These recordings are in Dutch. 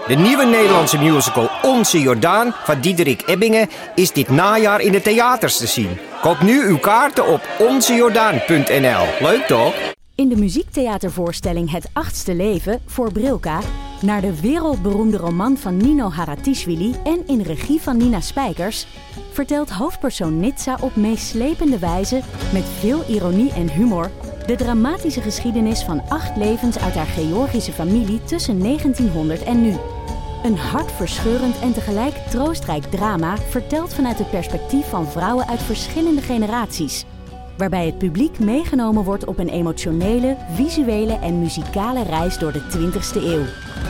De nieuwe Nederlandse musical Onze Jordaan van Diederik Ebbingen is dit najaar in de theaters te zien. Koop nu uw kaarten op onzejordaan.nl. Leuk toch? In de muziektheatervoorstelling Het Achtste Leven voor Brilka... naar de wereldberoemde roman van Nino Haratischvili en in regie van Nina Spijkers... vertelt hoofdpersoon Nitsa op meeslepende wijze, met veel ironie en humor... de dramatische geschiedenis van 8 levens uit haar Georgische familie tussen 1900 en nu. Een hartverscheurend en tegelijk troostrijk drama verteld vanuit het perspectief van vrouwen uit verschillende generaties... waarbij het publiek meegenomen wordt op een emotionele, visuele en muzikale reis door de 20e eeuw.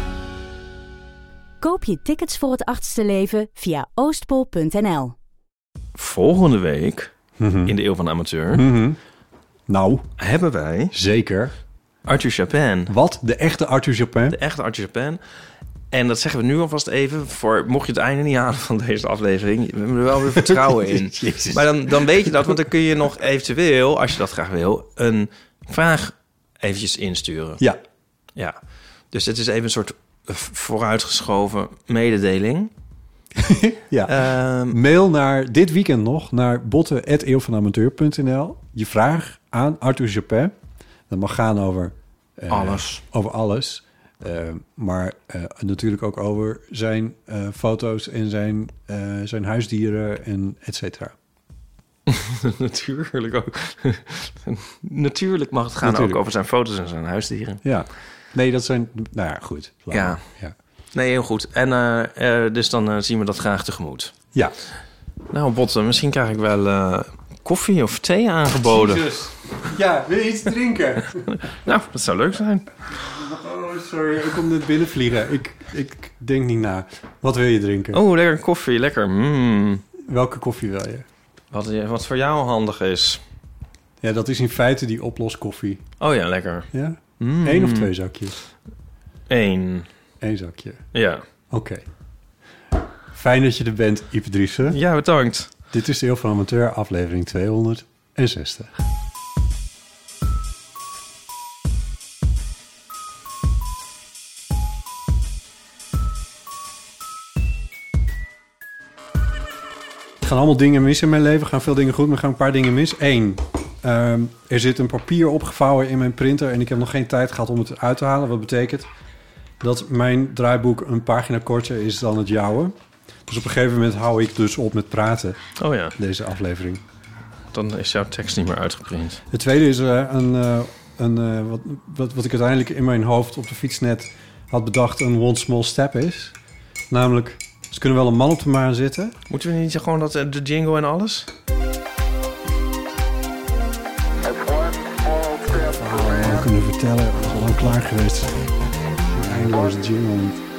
Koop je tickets voor Het Achtste Leven via oostpol.nl. Volgende week, in de Eeuw van de Amateur... Nou, hebben wij... Zeker. Arthur Chapin. Wat? De echte Arthur Chapin? De echte Arthur Chapin. En dat zeggen we nu alvast even, voor mocht je het einde niet halen van deze aflevering, we hebben er wel weer vertrouwen in. Maar dan weet je dat, want dan kun je nog eventueel, als je dat graag wil, een vraag eventjes insturen. Ja. Ja. Dus het is even een soort vooruitgeschoven mededeling. Ja. Mail naar dit weekend nog naar botten@eeuwvanamateur.nl. Je vraag aan Arthur Chapin. Dat mag gaan over alles. Over alles. Maar natuurlijk ook over zijn foto's en zijn huisdieren en et cetera. Natuurlijk ook. Natuurlijk mag het gaan ook over zijn foto's en zijn huisdieren. Ja. Nee, dat zijn... Nou ja, goed. Ja. Nee, heel goed. En dus dan zien we dat graag tegemoet. Ja. Nou, Botten, misschien krijg ik wel koffie of thee aangeboden. Jezus. Ja, wil je iets drinken? Nou, dat zou leuk zijn. Oh, sorry. Ik kom net binnenvliegen. Ik denk niet na. Wat wil je drinken? Oh, lekker koffie. Lekker. Welke koffie wil je? Wat voor jou handig is. Ja, dat is in feite die oploskoffie. Oh ja, lekker. Ja? 1 of 2 zakjes? 1. 1 zakje? Ja. Oké. Fijn dat je er bent, Ipe Driessen. Ja, bedankt. Dit is de Eeuw van de Amateur, aflevering 260. Er gaan allemaal dingen mis in mijn leven. Er gaan veel dingen goed, maar er gaan een paar dingen mis. 1. Er zit een papier opgevouwen in mijn printer en ik heb nog geen tijd gehad om het uit te halen. Wat betekent dat mijn draaiboek een pagina korter is dan het jouwe. Dus op een gegeven moment hou ik dus op met praten. Oh ja. Deze aflevering. Dan is jouw tekst niet meer uitgeprint. Het tweede is wat ik uiteindelijk in mijn hoofd op de fiets net had bedacht een one small step is. Namelijk, ze kunnen wel een man op de maan zitten. Moeten we niet gewoon dat de jingle en alles? We kunnen vertellen, dat is al lang klaar geweest. Een eindeloze jingle.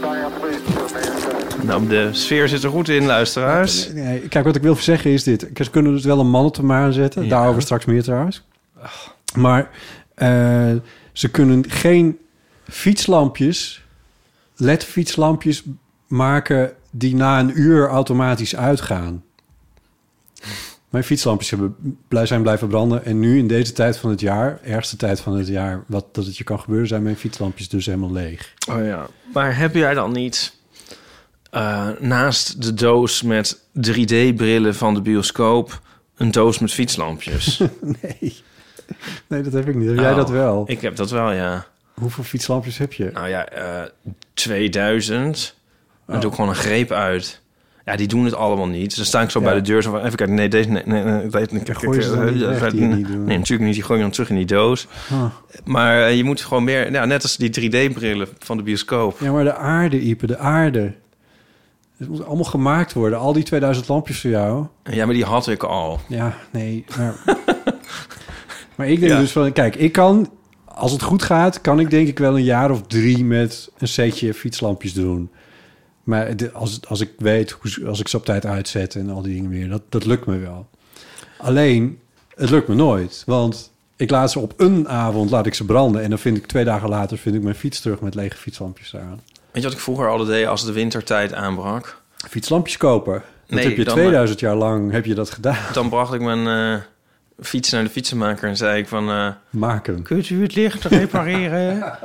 Nou, de sfeer zit er goed in, luisteraars. Nee, kijk, wat ik wil zeggen is dit. Ze kunnen dus wel een man op de maan zetten. Ja. Daarover straks meer trouwens. Maar ze kunnen geen fietslampjes, LED-fietslampjes maken die na een uur automatisch uitgaan. Mijn fietslampjes zijn blijven branden. En nu in deze tijd van het jaar, ergste tijd van het jaar, dat het je kan gebeuren, zijn mijn fietslampjes dus helemaal leeg. Oh ja. Maar heb jij dan niet naast de doos met 3D-brillen van de bioscoop een doos met fietslampjes? Nee, dat heb ik niet. Heb jij dat wel? Ik heb dat wel, ja. Hoeveel fietslampjes heb je? Nou ja, 2000. Dan doe ik gewoon een greep uit. Ja, die doen het allemaal niet. Dan sta ik zo bij de deur. Zo van, even kijken, nee, deze... Nee, natuurlijk niet. Die gooi je dan terug in die doos. Maar je moet gewoon meer... Nou, net als die 3D-brillen van de bioscoop. Ja, maar de aarde, Ipe, de aarde. Het moet allemaal gemaakt worden. Al die 2000 lampjes voor jou. Ja, maar die had ik al. Ja, nee. Maar ik denk dus van... Kijk, ik kan... Als het goed gaat, kan ik denk ik wel een jaar of 3 met een setje fietslampjes doen. Maar als ik weet, als ik ze op tijd uitzet en al die dingen meer, dat lukt me wel. Alleen, het lukt me nooit. Want ik laat ze op een avond branden. En dan vind ik 2 dagen later mijn fiets terug met lege fietslampjes eraan. Weet je wat ik vroeger altijd deed als de wintertijd aanbrak? Fietslampjes kopen. Dat heb je 2000 jaar lang heb je dat gedaan. Dan bracht ik mijn fiets naar de fietsenmaker en zei ik van... Maak hem. Kunt u het licht repareren?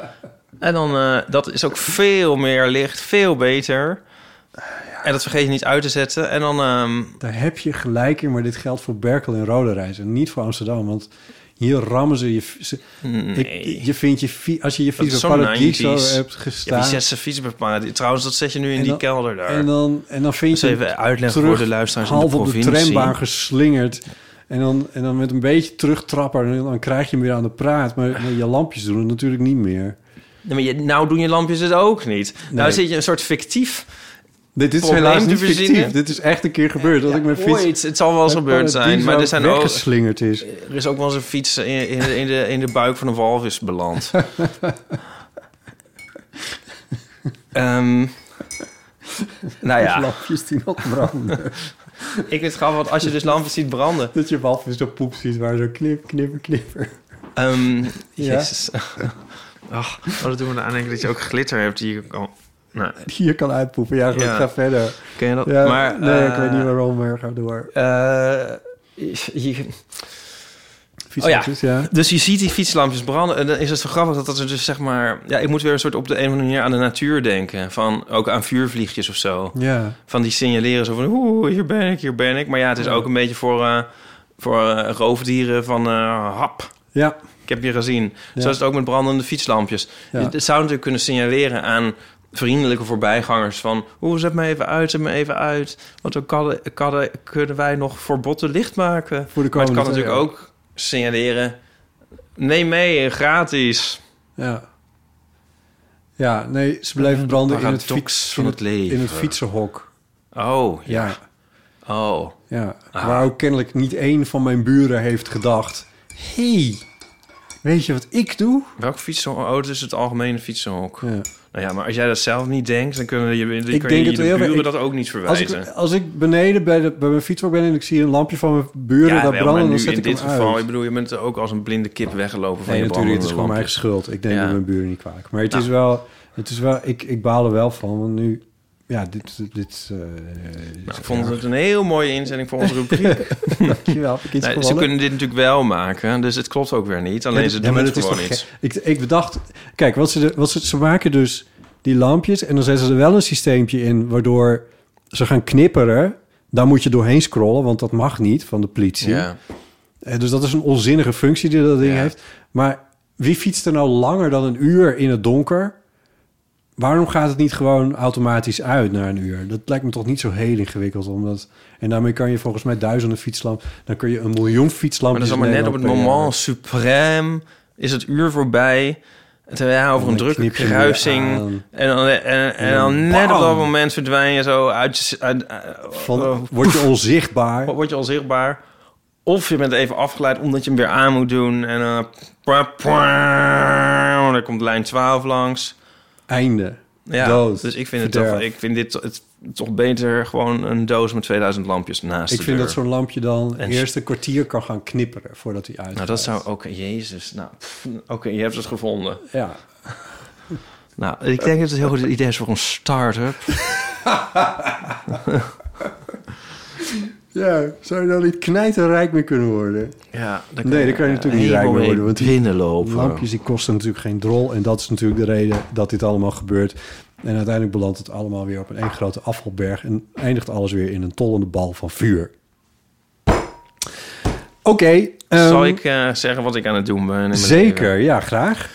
En dan, dat is ook veel meer licht, veel beter. En dat vergeet je niet uit te zetten. En dan... Daar heb je gelijk in, maar dit geldt voor Berkel en Roderijs en niet voor Amsterdam. Want hier rammen ze je... Je vindt als je je fiets op Paradiso hebt gestaan... Ja, wie zet zijn fiets op Paradiso? Trouwens, dat zet je nu in die kelder daar. En dan vind je even uitleggen voor de luisteraars half in de op de provincie. trambaan geslingerd. En dan met een beetje terugtrappen... en dan krijg je hem weer aan de praat. Maar je lampjes doen het natuurlijk niet meer. Nee, maar nou doen je lampjes het ook niet. Nee. Nou zit je een soort fictief... Dit is helaas niet fictief. Dit is echt een keer gebeurd. Dat ik mijn fiets... Ooit, het zal wel eens gebeurd zijn. Maar er zijn weggeslingerd is. Er is ook wel eens een fiets in de buik van een walvis beland. Nou ja. Lampjes die nog branden. Ik vind het grappig, want als je dus lampjes ziet branden... Dat je walvis zo poep ziet waar zo knipper. Jezus. Dat doen we dan aan denken dat je ook glitter hebt die je kan... Nou. Hier kan uitpoepen. Ja, goed, ga verder. Ken je dat? Ja, maar, nee, ik weet niet waarom, maar ga door. Fietslampjes, ja. Dus je ziet die fietslampjes branden. En dan is het zo grappig dat er dus zeg maar... Ja, ik moet weer een soort op de een of andere manier aan de natuur denken. Van ook aan vuurvliegjes of zo. Ja. Van die signaleren zo van... hier ben ik. Maar ja, het is ook een beetje voor roofdieren van... hap. Ja. Ik heb je gezien. Ja. Zo is het ook met brandende fietslampjes. Ja. Het zou natuurlijk kunnen signaleren aan... vriendelijke voorbijgangers van... zet me even uit. Want dan kunnen wij nog voor botten licht maken. Voor de maar het kan natuurlijk ook signaleren... neem mee, gratis. Ja. Ja, nee, ze blijven branden in het fietsenhok. Oh, ja. Oh. Ja, waar ook kennelijk niet één van mijn buren heeft gedacht... Hey, weet je wat ik doe? Welk fietsenhok? Oh, het is het algemene fietsenhok. Ja. Nou ja, maar als jij dat zelf niet denkt... dan kunnen je de buren dat ook niet verwijzen. Als ik beneden bij mijn fietshok ben... en ik zie een lampje van mijn buren daar branden... dan zet ik hem uit. In dit geval, ik bedoel, je bent ook als een blinde kip weggelopen van je natuurlijk, het is gewoon mijn eigen schuld. Ik denk dat mijn buren niet kwalijk. Maar het is wel... Ik baal er wel van, want nu... Ja, dit ik vond het een heel mooie inzending voor onze rubriek. Dankjewel. Ze kunnen dit natuurlijk wel maken, dus het klopt ook weer niet. Alleen ze doen het gewoon niet. Ik bedacht... Kijk, ze maken dus die lampjes... en dan zetten ze er wel een systeempje in... waardoor ze gaan knipperen. Daar moet je doorheen scrollen, want dat mag niet van de politie. Ja. Dus dat is een onzinnige functie die dat ding heeft. Maar wie fietst er nou langer dan een uur in het donker... Waarom gaat het niet gewoon automatisch uit na een uur? Dat lijkt me toch niet zo heel ingewikkeld. En daarmee kan je volgens mij duizenden fietslampen... Dan kun je 1 miljoen fietslampjes... Maar dat is allemaal net op het moment suprême... is het uur voorbij... terwijl over een drukke kruising... En dan net op dat moment verdwijn je zo uit... word je onzichtbaar. Word je onzichtbaar. Of je bent even afgeleid omdat je hem weer aan moet doen. En dan komt lijn 12 langs... Einde. Ja, dood. Dus ik vind dit toch beter gewoon een doos met 2000 lampjes naast Ik vind dat zo'n lampje dan eerst een kwartier kan gaan knipperen voordat hij uit. Nou, dat zou ook... Jezus. Nou, oké, je hebt het gevonden. Ja. Nou, ik denk dat het een heel goed idee is voor een start-up. Ja, zou je dan niet knijterrijk mee kunnen worden? Ja, daar kan je natuurlijk niet rijk mee worden. Want binnenlopen. Lampjes die kosten natuurlijk geen drol. En dat is natuurlijk de reden dat dit allemaal gebeurt. En uiteindelijk belandt het allemaal weer op een grote afvalberg. En eindigt alles weer in een tollende bal van vuur. Oké. Zal ik zeggen wat ik aan het doen ben? Zeker, ja, graag.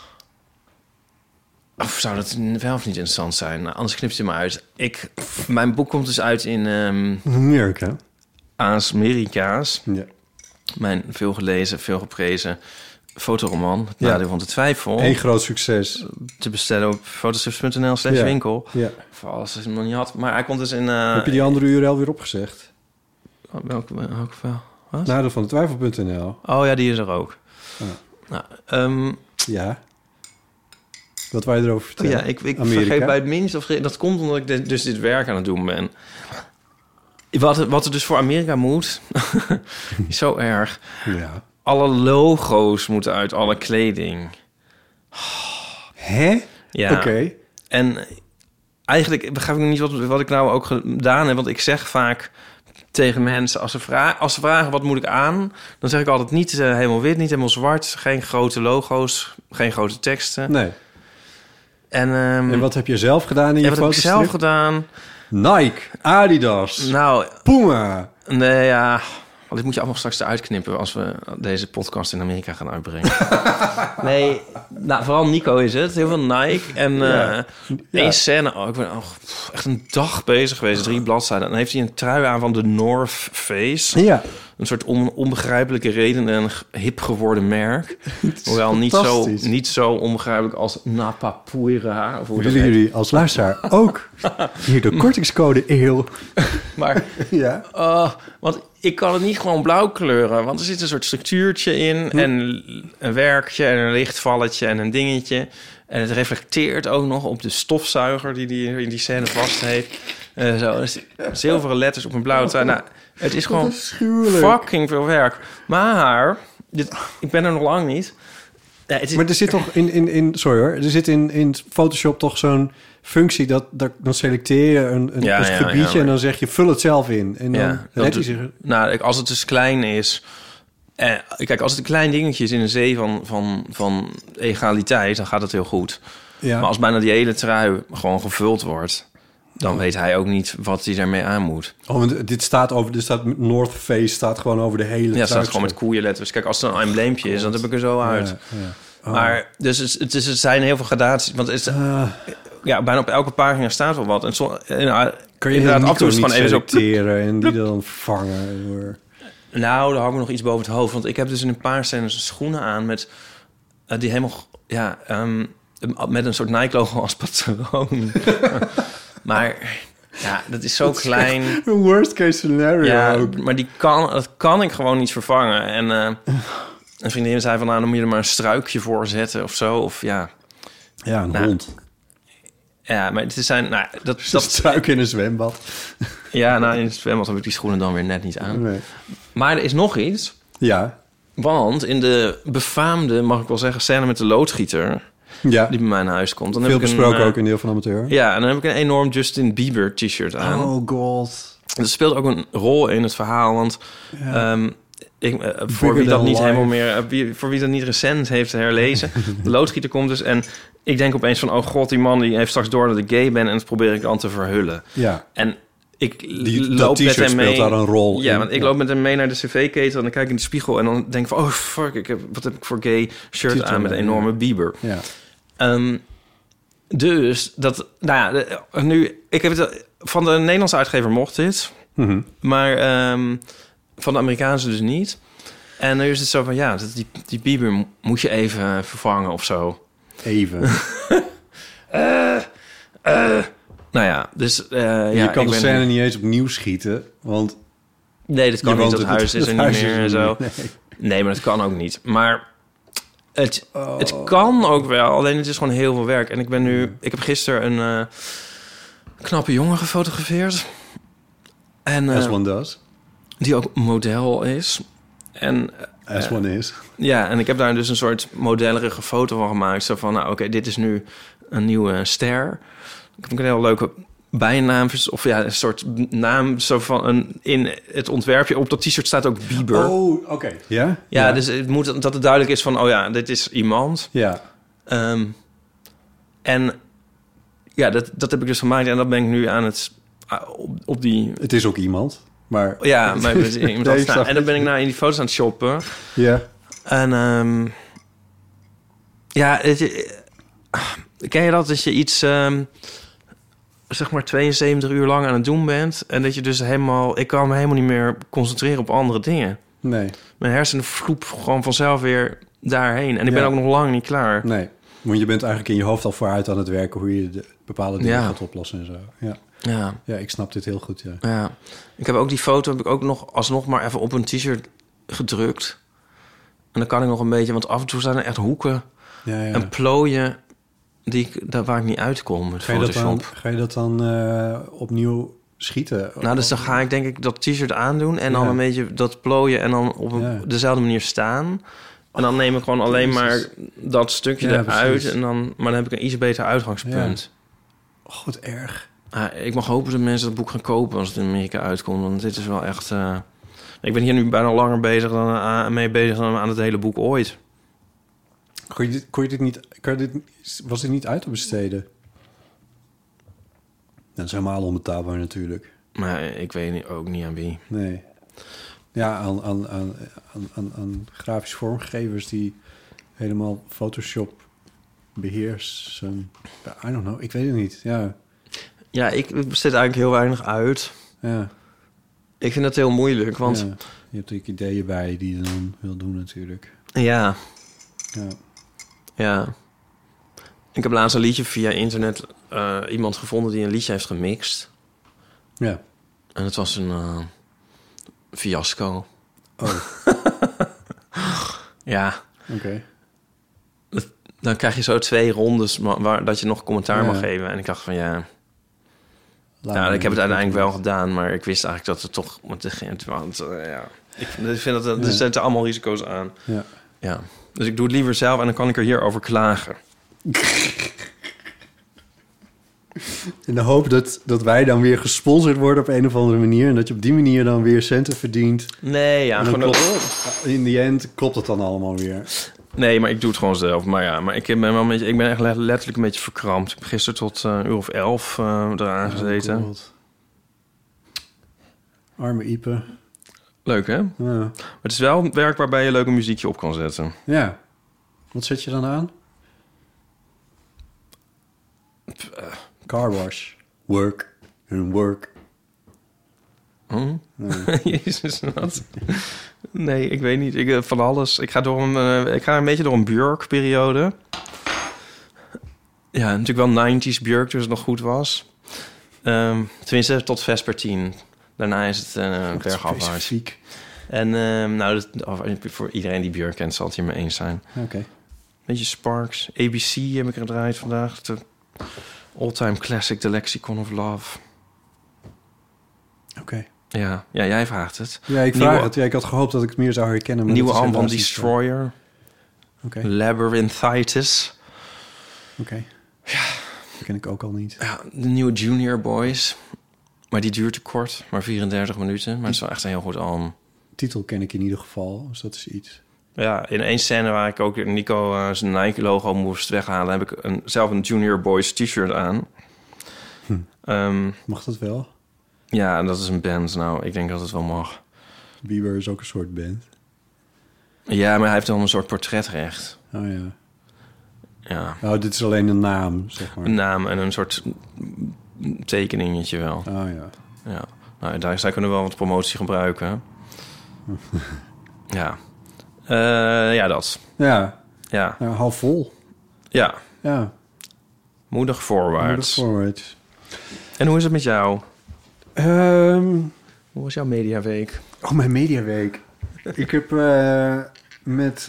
Of zou dat wel of niet interessant zijn? Nou, anders knipt je maar uit. Mijn boek komt dus uit in... Amerika. Amerika's. Ja. Mijn veel gelezen, veel geprezen fotoroman. Het nadeel van de twijfel. Een groot succes. Te bestellen op fotostrips.nl/winkel. Ja. Voor als je hem nog niet had. Maar hij komt dus in... Heb je die andere URL weer opgezegd? Welke wat? Nadeel van de twijfel.nl. Oh ja, die is er ook. Nou, ja. Wat wou je erover vertellen? Ja, ik vergeet bij het minst. Dat komt omdat ik dus dit werk aan het doen ben. Wat er dus voor Amerika moet... is zo erg. Ja. Alle logo's moeten uit alle kleding. Hè? Ja. Oké. En eigenlijk begrijp ik niet wat ik nou ook gedaan heb. Want ik zeg vaak tegen mensen... Als ze vragen wat moet ik aan... dan zeg ik altijd niet helemaal wit, niet helemaal zwart. Geen grote logo's, geen grote teksten. Nee. En wat heb je zelf gedaan in je wat heb ik fotostrip? zelf gedaan? Nike, Adidas, Nou, Puma. nee, ja... Want dit moet je allemaal straks eruit knippen als we deze podcast in Amerika gaan uitbrengen. Nee, nou, vooral Nico is het. Heel veel Nike. En één scène. Ik ben echt een dag bezig geweest. 3 bladzijden. Dan heeft hij een trui aan van de North Face. Ja. Een soort onbegrijpelijke reden en een hip geworden merk. Hoewel niet zo onbegrijpelijk als Napapuira. Of hoe Willen jullie als luisteraar ook hier de kortingscode EEL? Maar ja. want ik kan het niet gewoon blauw kleuren. Want er zit een soort structuurtje in. En een werkje en een lichtvalletje en een dingetje. En het reflecteert ook nog op de stofzuiger die in die scène vast heeft. Zo, zilveren letters op een blauwe trui. Nou, het is gewoon fucking veel werk. Maar, ik ben er nog lang niet. Ja, maar er zit toch sorry hoor. Er zit in Photoshop toch zo'n functie dat dan selecteer je een gebiedje en dan zeg je vul het zelf in. En dan redt hij zich. Nou, als het dus klein is. Kijk, als het een klein dingetje is in een zee van egaliteit, dan gaat het heel goed. Ja. Maar als bijna die hele trui gewoon gevuld wordt, dan weet hij ook niet wat hij daarmee aan moet. Oh, want dit staat North Face staat gewoon over de hele trui. Ja, staat gewoon met koeienletters. Kijk, als het een embleempje is, dan heb ik er zo uit. Ja. Oh. Maar dus het zijn heel veel gradaties. Want bijna op elke pagina staat wel wat. En kan je inderdaad af en toe gewoon even selecteren en die dan vangen door. Nou, daar hang ik nog iets boven het hoofd. Want ik heb dus in een paar scènes schoenen aan met die helemaal met een soort Nike-logo als patroon. Maar ja, dat is zo klein. Een worst case scenario. Ja, maar dat kan ik gewoon niet vervangen. En een vriendin zei van, dan moet je er maar een struikje voor zetten of zo. Of ja, een hond. Ja, maar het zijn... dat struik in een zwembad. Ja, in het zwembad heb ik die schoenen dan weer net niet aan. Nee. Maar er is nog iets. Ja. Want in de befaamde, mag ik wel zeggen, scène met de loodgieter... die bij mij naar huis komt. Dan veel heb besproken ook in Deel van Amateur. Ja, en dan heb ik een enorm Justin Bieber t-shirt aan. Oh god. Dat speelt ook een rol in het verhaal, want... voor wie dat niet helemaal meer... voor wie dat niet recent heeft herlezen... de loodgieter komt dus en ik denk opeens van... oh god, die man die heeft straks door dat ik gay ben... en dat probeer ik dan te verhullen. Ja. En ik loop met hem mee... speelt daar een rol in. Want ik loop met hem mee naar de cv-ketel... en dan kijk ik in de spiegel en dan denk ik van... oh fuck, wat heb ik voor gay shirt aan met een enorme Bieber. Ja. Dus dat... nu... Ik heb het van de Nederlandse uitgever mocht dit... Mm-hmm. Maar van de Amerikaanse dus niet. En nu is het zo van, die Bieber moet je even vervangen of zo. Even. Dus... je kan de scène niet eens opnieuw schieten, want... Nee, dat kan niet. Dat huis is er niet meer en zo. Nee, maar dat kan ook niet. Maar het kan ook wel, alleen het is gewoon heel veel werk. En ik heb gisteren een knappe jongen gefotografeerd... En, as one does. Die ook model is. En, as one is. Ja, en ik heb daar dus een soort modellerige foto van gemaakt. Zo van, oké, dit is nu een nieuwe ster. Ik heb ook een heel leuke bijnaam. Of een soort naam. Zo van in het ontwerpje. Op dat t-shirt staat ook Bieber. Oh, oké. Ja? Ja, dus het moet dat het duidelijk is van... dit is iemand. Ja. En dat heb ik dus gemaakt. En dat ben ik nu aan het... op die... Het is ook iemand, maar... Ja, maar iemand en dan ben ik in die foto's aan het shoppen. Ja. En ken je dat je iets zeg maar 72 uur lang aan het doen bent en dat je dus ik kan me helemaal niet meer concentreren op andere dingen. Nee. Mijn hersenen vloep gewoon vanzelf weer daarheen en ik ben ook nog lang niet klaar. Nee, want je bent eigenlijk in je hoofd al vooruit aan het werken hoe je bepaalde dingen gaat oplossen en zo. Ja. Ja, ik snap dit heel goed, ja. Ik heb ook die foto nog alsnog maar even op een t-shirt gedrukt. En dan kan ik nog een beetje... Want af en toe zijn er echt hoeken en plooien waar ik niet uitkom met Photoshop. Ga je dat dan opnieuw schieten? Nou, dus dan ga ik denk ik dat t-shirt aandoen... en dan een beetje dat plooien en dan op dezelfde manier staan... En dan neem ik gewoon alleen maar dat stukje eruit... maar dan heb ik een iets beter uitgangspunt. Ja. Oh, wat erg. Ik mag hopen dat mensen dat boek gaan kopen als het in Amerika uitkomt. Want dit is wel echt... Ik ben hier nu bijna langer bezig dan aan het hele boek ooit. Was dit niet uit te besteden? Dat is helemaal onbetaalbaar natuurlijk. Maar ik weet ook niet aan wie. Nee. Ja, aan grafische vormgevers die helemaal Photoshop beheersen. I don't know, ik weet het niet. Ja, ik besteed eigenlijk heel weinig uit. Ja. Ik vind dat heel moeilijk, want... Ja. Je hebt natuurlijk ideeën bij die je dan wil doen natuurlijk. Ja. Ja. Ja. Ik heb laatst een liedje via internet... iemand gevonden die een liedje heeft gemixt. Ja. En het was een fiasco. Oh. Ja. Oké. Dan krijg je zo 2 rondes waar dat je nog commentaar mag geven. En ik dacht van ja... ik heb het uiteindelijk wel gedaan, maar ik wist eigenlijk dat het toch... Want ja, ik vind dat er zitten allemaal risico's aan. Ja. Ja. Dus ik doe het liever zelf en dan kan ik er hierover klagen. In de hoop dat wij dan weer gesponsord worden op een of andere manier... en dat je op die manier dan weer centen verdient. Nee, ja. In die end klopt het dan allemaal weer. Nee, maar ik doe het gewoon zelf. Maar ja, maar ik ben echt letterlijk een beetje verkrampt. Ik heb gisteren tot 11 eraan gezeten. God. Arme Ipe. Leuk, hè? Ja. Maar het is wel werk waarbij je leuke muziekje op kan zetten. Ja. Wat zet je dan aan? Car wash. Work. En work. Nee. Jezus, wat? Nee, ik weet niet. Van alles. Ik ga een beetje door een Björk-periode. Ja, natuurlijk wel 90s Björk, dus het nog goed was. Tenminste, tot Vespertine. Daarna is het bergafwaarts. En voor iedereen die Björk kent, zal het hier mee eens zijn. Oké. Beetje Sparks. ABC heb ik gedraaid vandaag. De all-time classic, The Lexicon of Love. Oké. Ja, jij vraagt het. Ja, ik vraag het. Ja, ik had gehoopt dat ik het meer zou herkennen. Maar nieuwe album van helaas Destroyer. Oké. Labyrinthitis. Oké. Ja. Dat ken ik ook al niet. Ja, de nieuwe Junior Boys. Maar die duurt te kort. Maar 34 minuten. Maar het is wel echt een heel goed album. Titel ken ik in ieder geval. Dus dat is iets. Ja, in één scène waar ik ook Nico zijn Nike-logo moest weghalen... heb ik zelf een Junior Boys t-shirt aan. Mag dat wel? Ja, en dat is een band. Nou, ik denk dat het wel mag. Bieber is ook een soort band. Ja, maar hij heeft dan een soort portretrecht. Oh ja. Ja. Nou, dit is alleen een naam, zeg maar. Een naam en een soort tekeningetje wel. Oh ja. Ja. Nou, zij kunnen wel wat promotie gebruiken. Ja. Ja, dat. Ja. Ja. Nou, hou vol. Ja. Ja. Moedig voorwaarts. Moedig voorwaarts. En hoe is het met jou? Hoe was jouw mediaweek? Oh, mijn mediaweek. Ik heb met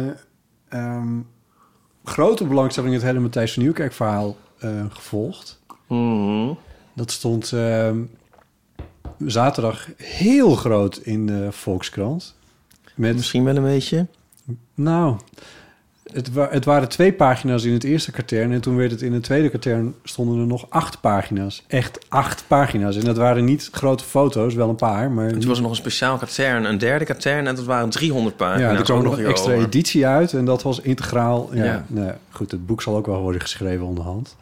grote belangstelling het hele Matthijs van Nieuwkerk verhaal gevolgd. Mm-hmm. Dat stond zaterdag heel groot in de Volkskrant. Misschien wel een beetje. Nou, het waren 2 pagina's in het eerste katern... en toen werd het in het tweede katern stonden er nog 8 pagina's. Echt 8 pagina's. En dat waren niet grote foto's, wel een paar. Maar toen was er nog een speciaal katern, een derde katern... en dat waren 300 pagina's. Ja, er kwam nog een extra over. editie uit en dat was integraal. Ja. Nou, goed, het boek zal ook wel worden geschreven onderhand.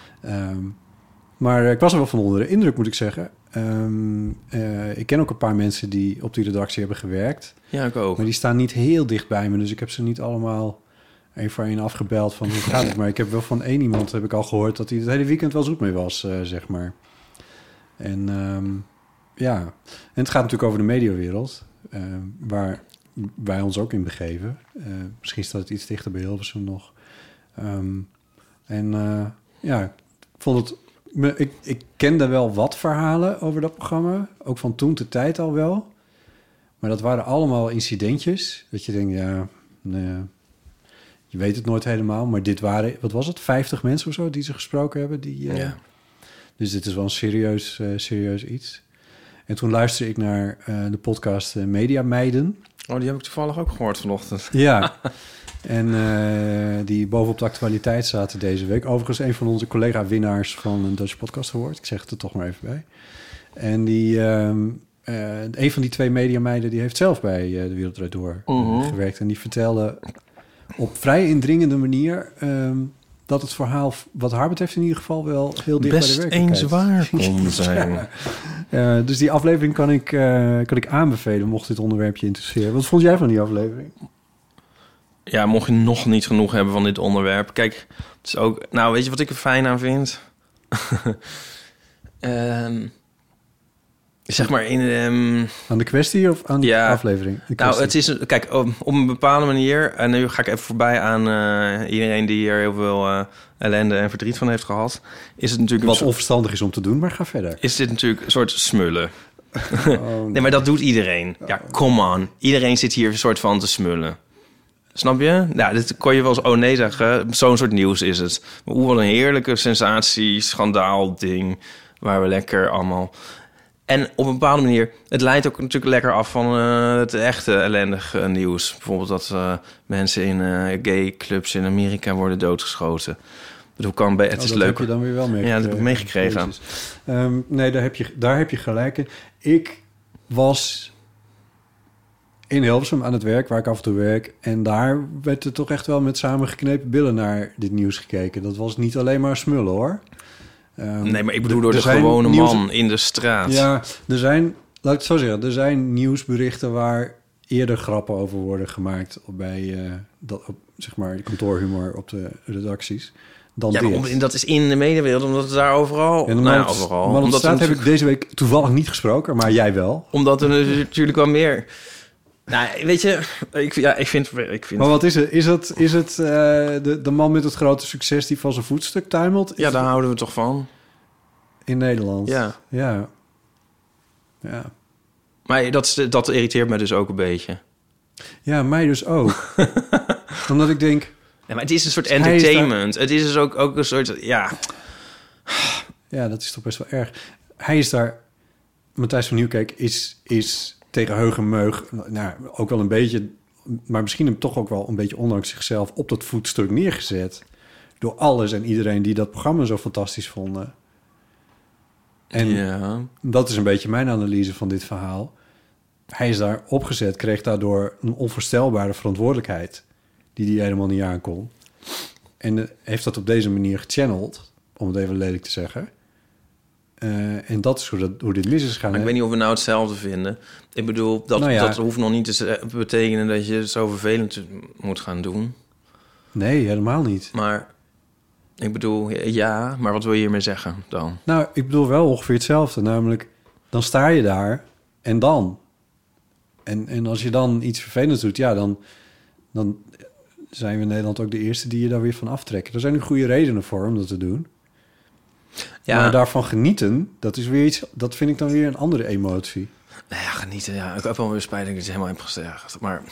Maar ik was er wel van onder de indruk, moet ik zeggen. Ik ken ook een paar mensen die op die redactie hebben gewerkt. Ja, ik ook. Maar die staan niet heel dicht bij me, dus ik heb ze niet allemaal één voor één afgebeld van hoe gaat het. Maar ik heb wel van één iemand heb ik al gehoord dat hij het hele weekend wel zoet mee was, zeg maar. En ja, en het gaat natuurlijk over de mediawereld, waar wij ons ook in begeven. Misschien staat het iets dichter bij Hilversum nog. Ja, ik vond het... Ik kende wel wat verhalen over dat programma. Ook van toen de tijd al wel. Maar dat waren allemaal incidentjes. Dat je denkt, ja, je weet het nooit helemaal. Maar dit waren, wat was het, 50 mensen of zo die ze gesproken hebben. Ja. Dus dit is wel een serieus iets. En toen luisterde ik naar de podcast Media Meiden. Oh, die heb ik toevallig ook gehoord vanochtend. Ja, en die bovenop de actualiteit zaten deze week. Overigens een van onze collega-winnaars van een Dutch Podcast Award. Ik zeg het er toch maar even bij. En een van die 2 mediameiden... die heeft zelf bij De Wereld Draait Door gewerkt. En die vertelde op vrij indringende manier... dat het verhaal, wat haar betreft in ieder geval... wel heel dicht best bij de werkelijkheid... eens waar kon zijn. Dus die aflevering kan ik aanbevelen... mocht dit onderwerp je interesseren. Wat vond jij van die aflevering? Ja, mocht je nog niet genoeg hebben van dit onderwerp... Kijk, het is ook... Nou, weet je wat ik er fijn aan vind? Zeg maar in... Aan de kwestie of aan de aflevering? De nou, het is... Kijk, op een bepaalde manier... En nu ga ik even voorbij aan iedereen die er heel veel ellende en verdriet van heeft gehad. Is het natuurlijk... Wat onverstandig is om te doen, maar ga verder. Is dit natuurlijk een soort smullen. Nee, maar dat doet iedereen. Ja, come on. Iedereen zit hier een soort van te smullen. Snap je? Nou, dit kon je wel eens nee zeggen. Zo'n soort nieuws is het. Maar wat een heerlijke sensatie, schandaal ding... waar we lekker allemaal... En op een bepaalde manier... het leidt ook natuurlijk lekker af van het echte ellendige nieuws. Bijvoorbeeld dat mensen in gay clubs in Amerika worden doodgeschoten. Het is leuk. Dat heb je dan weer wel meegekregen. Ja, dat heb ik meegekregen. Nee, daar heb je gelijk in. Ik was in Hilversum aan het werk, waar ik af en toe werk. En daar werd er toch echt wel met samengeknepen billen naar dit nieuws gekeken. Dat was niet alleen maar smullen, hoor. Nee, maar ik bedoel door de gewone man in de straat. Ja, laat ik het zo zeggen. Er zijn nieuwsberichten waar eerder grappen over worden gemaakt bij zeg maar kantoorhumor op de redacties. Dan dat is in de mediawereld, omdat het daar overal... overal. Maar op straat heb ik deze week toevallig niet gesproken, maar jij wel. Omdat er natuurlijk wel meer... Nou, weet je, ik vind... Maar wat is het? Is het de man met het grote succes die van zijn voetstuk tuimelt? Ja, daar houden we toch van. In Nederland? Ja. Maar dat irriteert me dus ook een beetje. Ja, mij dus ook. Omdat ik denk... Nee, maar het is een soort entertainment. Het is dus ook een soort... Ja, dat is toch best wel erg. Hij is daar... Matthijs van Nieuwkerk is tegen heug en meug... Nou, ook wel een beetje... maar misschien hem toch ook wel een beetje ondanks zichzelf... op dat voetstuk neergezet. Door alles en iedereen die dat programma zo fantastisch vonden. En dat is een beetje mijn analyse van dit verhaal. Hij is daar opgezet, kreeg daardoor een onvoorstelbare verantwoordelijkheid... die hij helemaal niet aankon. En heeft dat op deze manier gechanneld... om het even lelijk te zeggen... en dat is hoe dit mis is gegaan. Maar ik weet niet of we nou hetzelfde vinden. Ik bedoel, dat hoeft nog niet te betekenen... dat je zo vervelend moet gaan doen. Nee, helemaal niet. Maar ik bedoel, maar wat wil je hiermee zeggen dan? Nou, ik bedoel wel ongeveer hetzelfde. Namelijk, dan sta je daar en dan. En als je dan iets vervelends doet... ja, dan zijn we in Nederland ook de eerste die je daar weer van aftrekken. Er zijn nu goede redenen voor om dat te doen... Ja. Maar daarvan genieten, dat is weer iets... dat vind ik dan weer een andere emotie. Nou ja, genieten, ja. Ik heb wel weer spijt dat ik het helemaal heb gezegd. Maar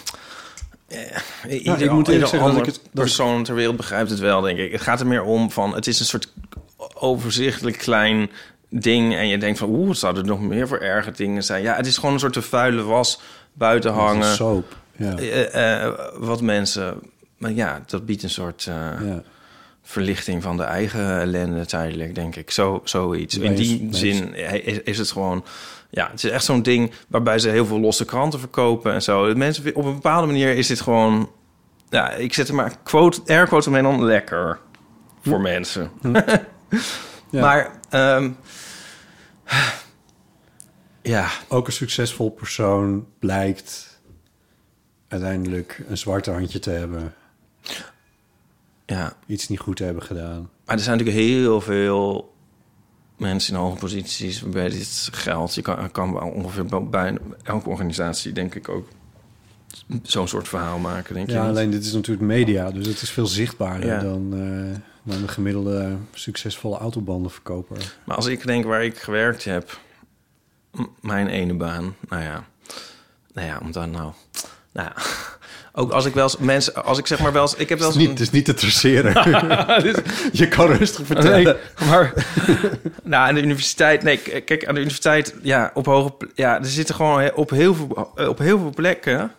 ik moet eerlijk zeggen dat ik het... persoon ter wereld begrijpt het wel, denk ik. Het gaat er meer om van... het is een soort overzichtelijk klein ding... en je denkt van... zou er nog meer voor erge dingen zijn? Ja, het is gewoon een soort de vuile was buiten hangen. Soap, wat mensen... Maar ja, dat biedt een soort... verlichting van de eigen ellende tijdelijk, denk ik. Zoiets. In die zin is het gewoon... Ja, het is echt zo'n ding waarbij ze heel veel losse kranten verkopen en zo. Mensen, op een bepaalde manier is dit gewoon... Ja, ik zet er maar airquotes omheen dan lekker voor mensen. Maar... Ook een succesvol persoon blijkt uiteindelijk een zwarte handje te hebben... iets niet goed te hebben gedaan. Maar er zijn natuurlijk heel veel mensen in hoge posities waarbij dit geldt. Je kan ongeveer bij elke organisatie, denk ik, ook zo'n soort verhaal maken, denk je? Ja, alleen dit is natuurlijk media, dus het is veel zichtbaarder dan de gemiddelde succesvolle autobandenverkoper. Maar als ik denk waar ik gewerkt heb, mijn ene baan, om dan ook als ik wel eens mensen... Als ik zeg maar wel eens... Ik heb wel eens... Het is niet te traceren. Je kan rustig vertellen. Nee, maar... aan de universiteit... Nee, kijk, aan de universiteit... Ja, op hoge... Ja, er zitten gewoon op heel veel plekken...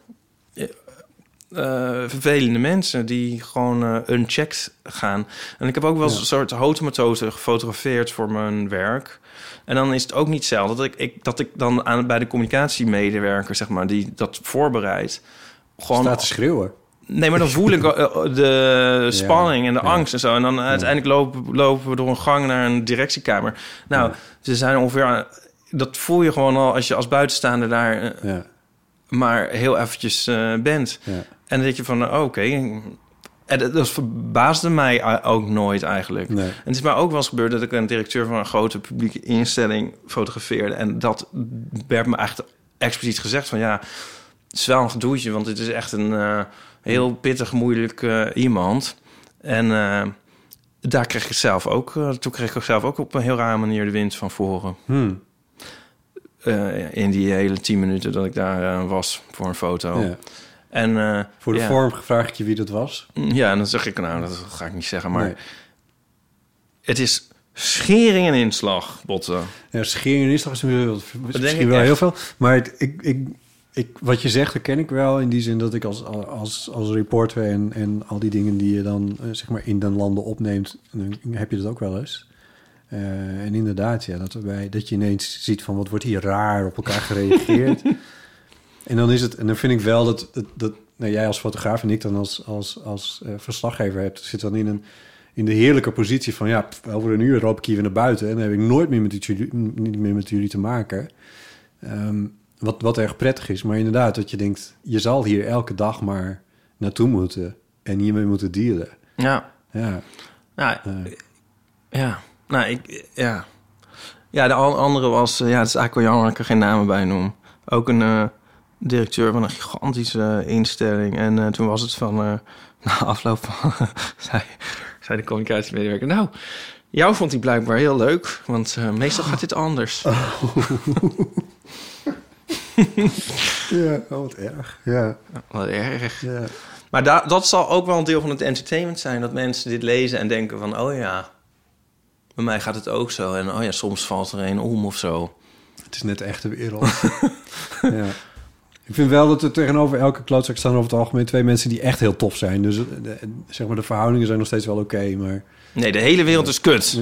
vervelende mensen die gewoon unchecked gaan. En ik heb ook wel eens een soort hotemethode gefotografeerd voor mijn werk. En dan is het ook niet zelden dat ik dan bij de communicatiemedewerker, zeg maar, die dat voorbereidt... Gewoon staat te schreeuwen. Nee, maar dan voel ik de spanning en de angst en zo. En dan uiteindelijk lopen we door een gang naar een directiekamer. Nou, ze zijn ongeveer... Dat voel je gewoon al als je als buitenstaander daar maar heel eventjes bent. Ja. En dan denk je van, oké. En dat verbaasde mij ook nooit eigenlijk. Nee. En het is maar ook wel eens gebeurd dat ik een directeur van een grote publieke instelling fotografeerde. En dat werd me eigenlijk expliciet gezegd van het is wel een gedoetje, want het is echt een heel pittig, moeilijk iemand. En daar kreeg ik zelf ook, toen kreeg ik zelf ook op een heel rare manier de wind van voren. In die hele 10 minuten dat ik daar was voor een foto. Ja. En, voor de vorm vraag ik je wie dat was. Ja, en dan zeg ik, dat ga ik niet zeggen, maar het is schering en inslag, Botte. Ja, schering en inslag is misschien wel heel veel. Maar wat je zegt, dat ken ik wel in die zin dat ik als reporter en al die dingen die je dan zeg maar in de landen opneemt, dan heb je dat ook wel eens. En inderdaad, dat je ineens ziet van wat wordt hier raar op elkaar gereageerd. En dan vind ik wel dat jij als fotograaf en ik dan als verslaggever zit dan in de heerlijke positie van over een uur loop ik hier weer naar buiten en dan heb ik nooit meer met jullie te maken. Wat erg prettig is, maar inderdaad dat je denkt, je zal hier elke dag maar naartoe moeten en hiermee moeten dealen. Ja. Ja, de andere was, het is eigenlijk wel jammer dat ik er geen namen bij noem. Ook een directeur van een gigantische instelling. En toen was het van, na afloop van, zei de communicatiemedewerker, jou vond hij blijkbaar heel leuk, want meestal gaat dit anders. Wat erg. Ja. Wat erg. Ja. Maar dat zal ook wel een deel van het entertainment zijn, dat mensen dit lezen en denken van, bij mij gaat het ook zo. En soms valt er een om of zo. Het is net de echte wereld. Ja. Ik vind wel dat er tegenover elke klootzak staan over het algemeen 2 mensen die echt heel tof zijn. Dus zeg maar de verhoudingen zijn nog steeds wel oké, maar... Nee, de hele wereld is kut.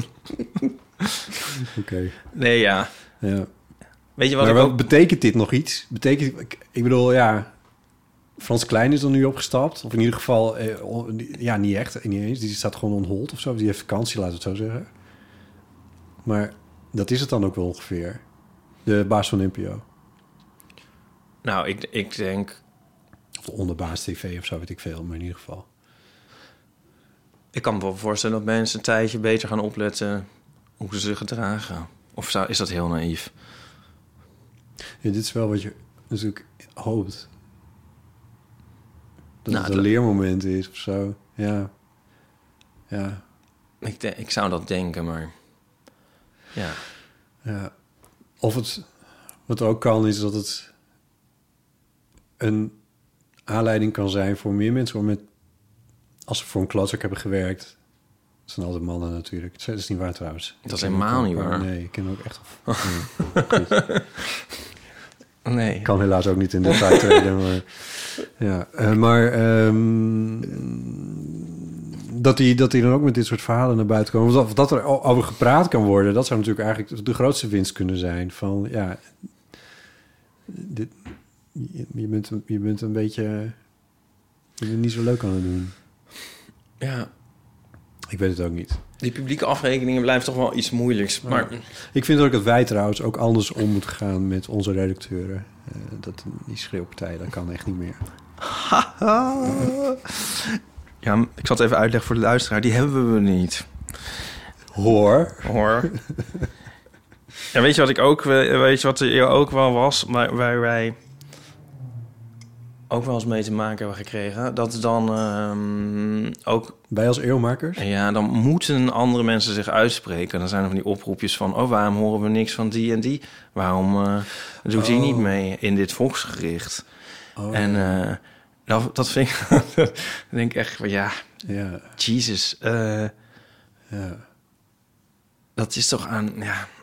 Oké. Nee, ja. Weet je wat maar betekent dit nog iets? Ik bedoel, Frans Klein is er nu opgestapt. Of in ieder geval, niet echt. Niet eens. Die staat gewoon on hold of zo. Die heeft vakantie, laten we het zo zeggen. Maar dat is het dan ook wel ongeveer. De baas van NPO. Nou, ik denk... Of de onderbaas TV of zo, weet ik veel. Maar in ieder geval. Ik kan me wel voorstellen dat mensen een tijdje beter gaan opletten hoe ze zich gedragen. Of is dat heel naïef? Ja, dit is wel wat je natuurlijk hoopt. Dat het een leermoment is of zo. Ja. Ik zou dat denken, maar... Ja. Of wat ook kan, is dat het een aanleiding kan zijn voor meer mensen als ze voor een klootzak hebben gewerkt. Dat zijn altijd mannen natuurlijk. Dat is niet waar trouwens. Dat is helemaal niet waar. Nee, ik ken ook echt... Nee. Ik kan helaas ook niet in detail treden, maar... dat die dan ook met dit soort verhalen naar buiten komen. Of dat er over gepraat kan worden, dat zou natuurlijk eigenlijk de grootste winst kunnen zijn. Van je bent een beetje... Je bent niet zo leuk aan het doen. Ja. Ik weet het ook niet. Die publieke afrekeningen blijven toch wel iets moeilijks. Maar... Ik vind ook dat wij trouwens ook anders om moeten gaan met onze redacteuren. Die schreeuwpartij, dat kan echt niet meer. Ja, ik zal het even uitleggen voor de luisteraar. Die hebben we niet. Hoor. Ja, weet je wat er ook wel was, waar wij ook wel eens mee te maken hebben gekregen? Dat dan ook... Wij als eeuwmakers? Ja, dan moeten andere mensen zich uitspreken. Dan zijn er van die oproepjes van... waarom horen we niks van die en die? Waarom doet hij niet mee in dit volksgericht? En dat vind ik... dan denk ik echt van Jesus. Dat is toch aan...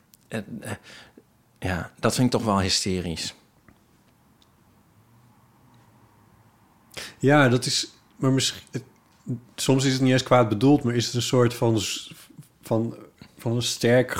dat vind ik toch wel hysterisch. Ja, dat is... Maar misschien... Soms is het niet eens kwaad bedoeld, maar is het een soort van een sterk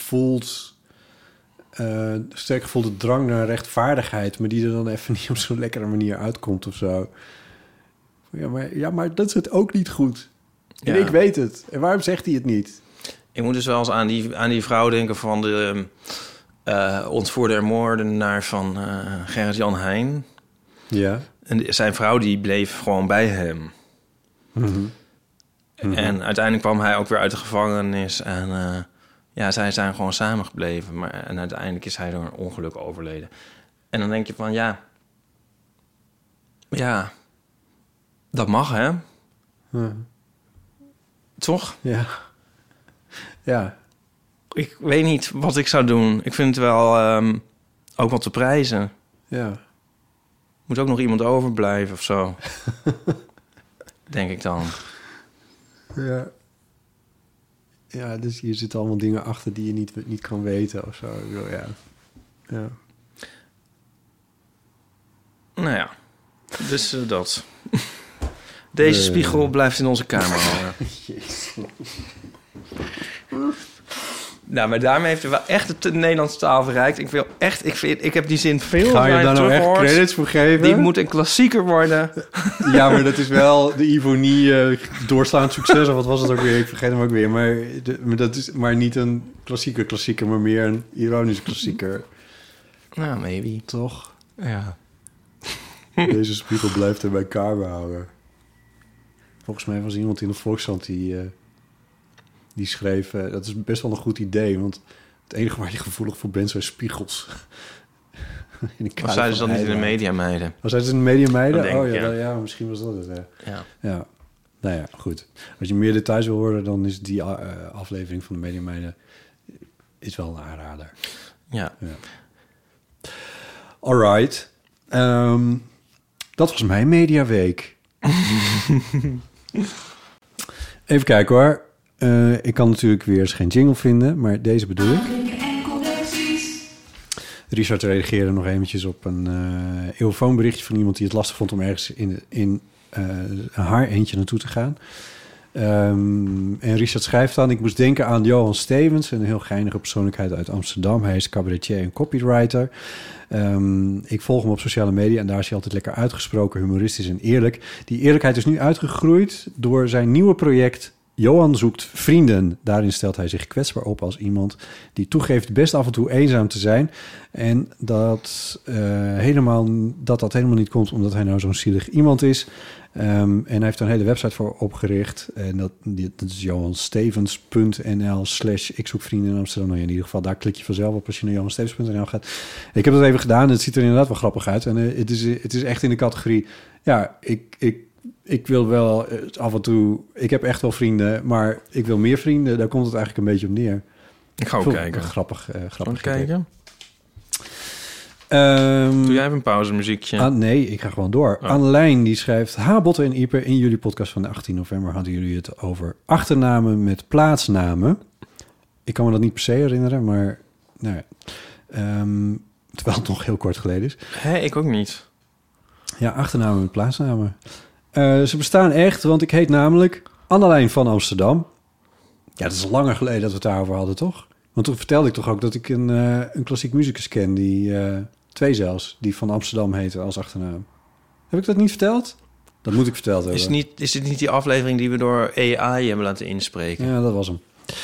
gevoelde drang naar rechtvaardigheid, maar die er dan even niet op zo'n lekkere manier uitkomt of zo. Ja, maar dat is het ook niet goed. En Ja. ik weet het. En waarom zegt hij het niet? Ik moet dus wel eens aan die vrouw denken van de ontvoerde en moordenaar van Gerrit-Jan Heijn. Ja. En zijn vrouw die bleef gewoon bij hem. Mm-hmm. En uiteindelijk kwam hij ook weer uit de gevangenis. En zij zijn gewoon samen gebleven. En uiteindelijk is hij door een ongeluk overleden. En dan denk je van, ja, dat mag, hè? Toch? Ja. Ja. Ik weet niet wat ik zou doen. Ik vind het wel ook wat te prijzen. Ja. Moet ook nog iemand overblijven of zo. Denk ik dan. Ja. Ja, dus hier zitten allemaal dingen achter die je niet kan weten of zo. Ik bedoel, ja. Ja. Nou ja, dus dat. Deze spiegel blijft in onze kamer hangen. Nou, maar daarmee heeft hij wel echt de Nederlandse taal verrijkt. Ik heb die zin veel Ga je daar nou echt credits voor geven? Die moet een klassieker worden. Ja, maar dat is wel de Ivonie doorslaand succes. Of wat was het ook weer? Ik vergeet hem ook weer. Maar dat is maar niet een klassieker, maar meer een ironische klassieker. Nou, maybe. Toch? Ja. Deze spiegel blijft in mijn kamer hangen. Volgens mij was iemand in de Volkskrant die schreef... dat is best wel een goed idee, want het enige waar je gevoelig voor bent zijn spiegels. Of zeiden ze dat niet in de Mediameiden? Was het in de Mediameiden? Denk, oh ja, ja. Misschien was dat het. Ja. Nou ja, goed. Als je meer details wil horen, dan is die aflevering van de Mediameiden is wel een aanrader. Ja. Alright. Dat was mijn Mediaweek. Even kijken hoor. Ik kan natuurlijk weer eens geen jingle vinden, maar deze bedoel ik. Richard reageerde nog eventjes op een eeuwfoonberichtje van iemand die het lastig vond om ergens in haar eentje naartoe te gaan. En Richard schrijft dan: ik moest denken aan Johan Stevens, een heel geinige persoonlijkheid uit Amsterdam. Hij is cabaretier en copywriter. Ik volg hem op sociale media en daar is hij altijd lekker uitgesproken, humoristisch en eerlijk. Die eerlijkheid is nu uitgegroeid door zijn nieuwe project Johan zoekt vrienden. Daarin stelt hij zich kwetsbaar op als iemand die toegeeft best af en toe eenzaam te zijn. En dat helemaal niet komt omdat hij nou zo'n zielig iemand is. En hij heeft er een hele website voor opgericht. En dat is johanstevens.nl/ik zoek vrienden in Amsterdam. Nou, in ieder geval, daar klik je vanzelf op als je naar johanstevens.nl gaat. Ik heb dat even gedaan en het ziet er inderdaad wel grappig uit. En het is echt in de categorie... Ja, ik wil wel af en toe... Ik heb echt wel vrienden, maar ik wil meer vrienden. Daar komt het eigenlijk een beetje op neer. Ik ga ook kijken. Grappig kijken. Doe jij even een pauzemuziekje? Nee, ik ga gewoon door. Oh. Annelijn die schrijft... Botte en Ieper, in jullie podcast van de 18 november... hadden jullie het over achternamen met plaatsnamen. Ik kan me dat niet per se herinneren, maar... Nou ja. Terwijl het nog heel kort geleden is. Ik ook niet. Ja, achternamen met plaatsnamen. Ze bestaan echt, want ik heet namelijk Annelijn van Amsterdam. Ja, dat is al langer geleden dat we het daarover hadden, toch? Want toen vertelde ik toch ook dat ik een klassiek muzikus ken... twee zelfs, die van Amsterdam heette als achternaam. Heb ik dat niet verteld? Dat moet ik verteld hebben. Is dit niet die aflevering die we door AI hebben laten inspreken? Ja, dat was hem.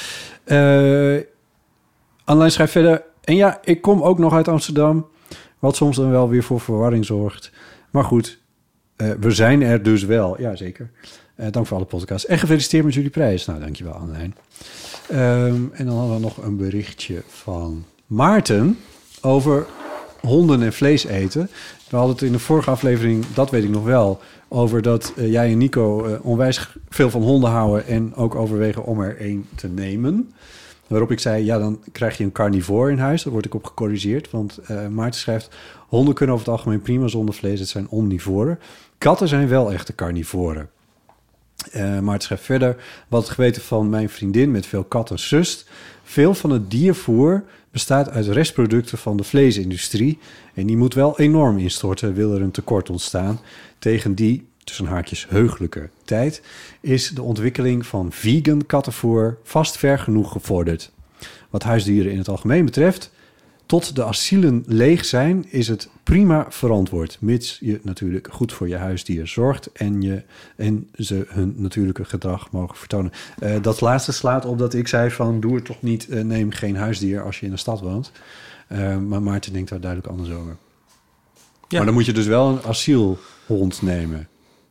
Annelijn schrijft verder... En ja, ik kom ook nog uit Amsterdam... wat soms dan wel weer voor verwarring zorgt. Maar goed, we zijn er dus wel. Ja, zeker. Dank voor alle podcasts. En gefeliciteerd met jullie prijs. Nou, dankjewel, Annelijn. En dan hadden we nog een berichtje van Maarten... over honden en vlees eten. We hadden het in de vorige aflevering, dat weet ik nog wel... over dat jij en Nico onwijs veel van honden houden... en ook overwegen om er één te nemen... Waarop ik zei, ja, dan krijg je een carnivore in huis. Daar word ik op gecorrigeerd, want Maarten schrijft... honden kunnen over het algemeen prima zonder vlees. Het zijn omnivoren. Katten zijn wel echte carnivoren. Maarten schrijft verder... wat het geweten van mijn vriendin met veel katten sust... veel van het diervoer bestaat uit restproducten van de vleesindustrie... en die moet wel enorm instorten, wil er een tekort ontstaan. Tegen die... tussen haakjes heugelijke tijd, is de ontwikkeling van vegan kattenvoer vast ver genoeg gevorderd. Wat huisdieren in het algemeen betreft, Tot de asielen leeg zijn is het prima verantwoord, mits je natuurlijk goed voor je huisdier zorgt en ze hun natuurlijke gedrag mogen vertonen. Dat laatste slaat op dat ik zei van doe het toch niet, neem geen huisdier als je in een stad woont. Maar Maarten denkt daar duidelijk anders over. Ja. Maar dan moet je dus wel een asielhond nemen.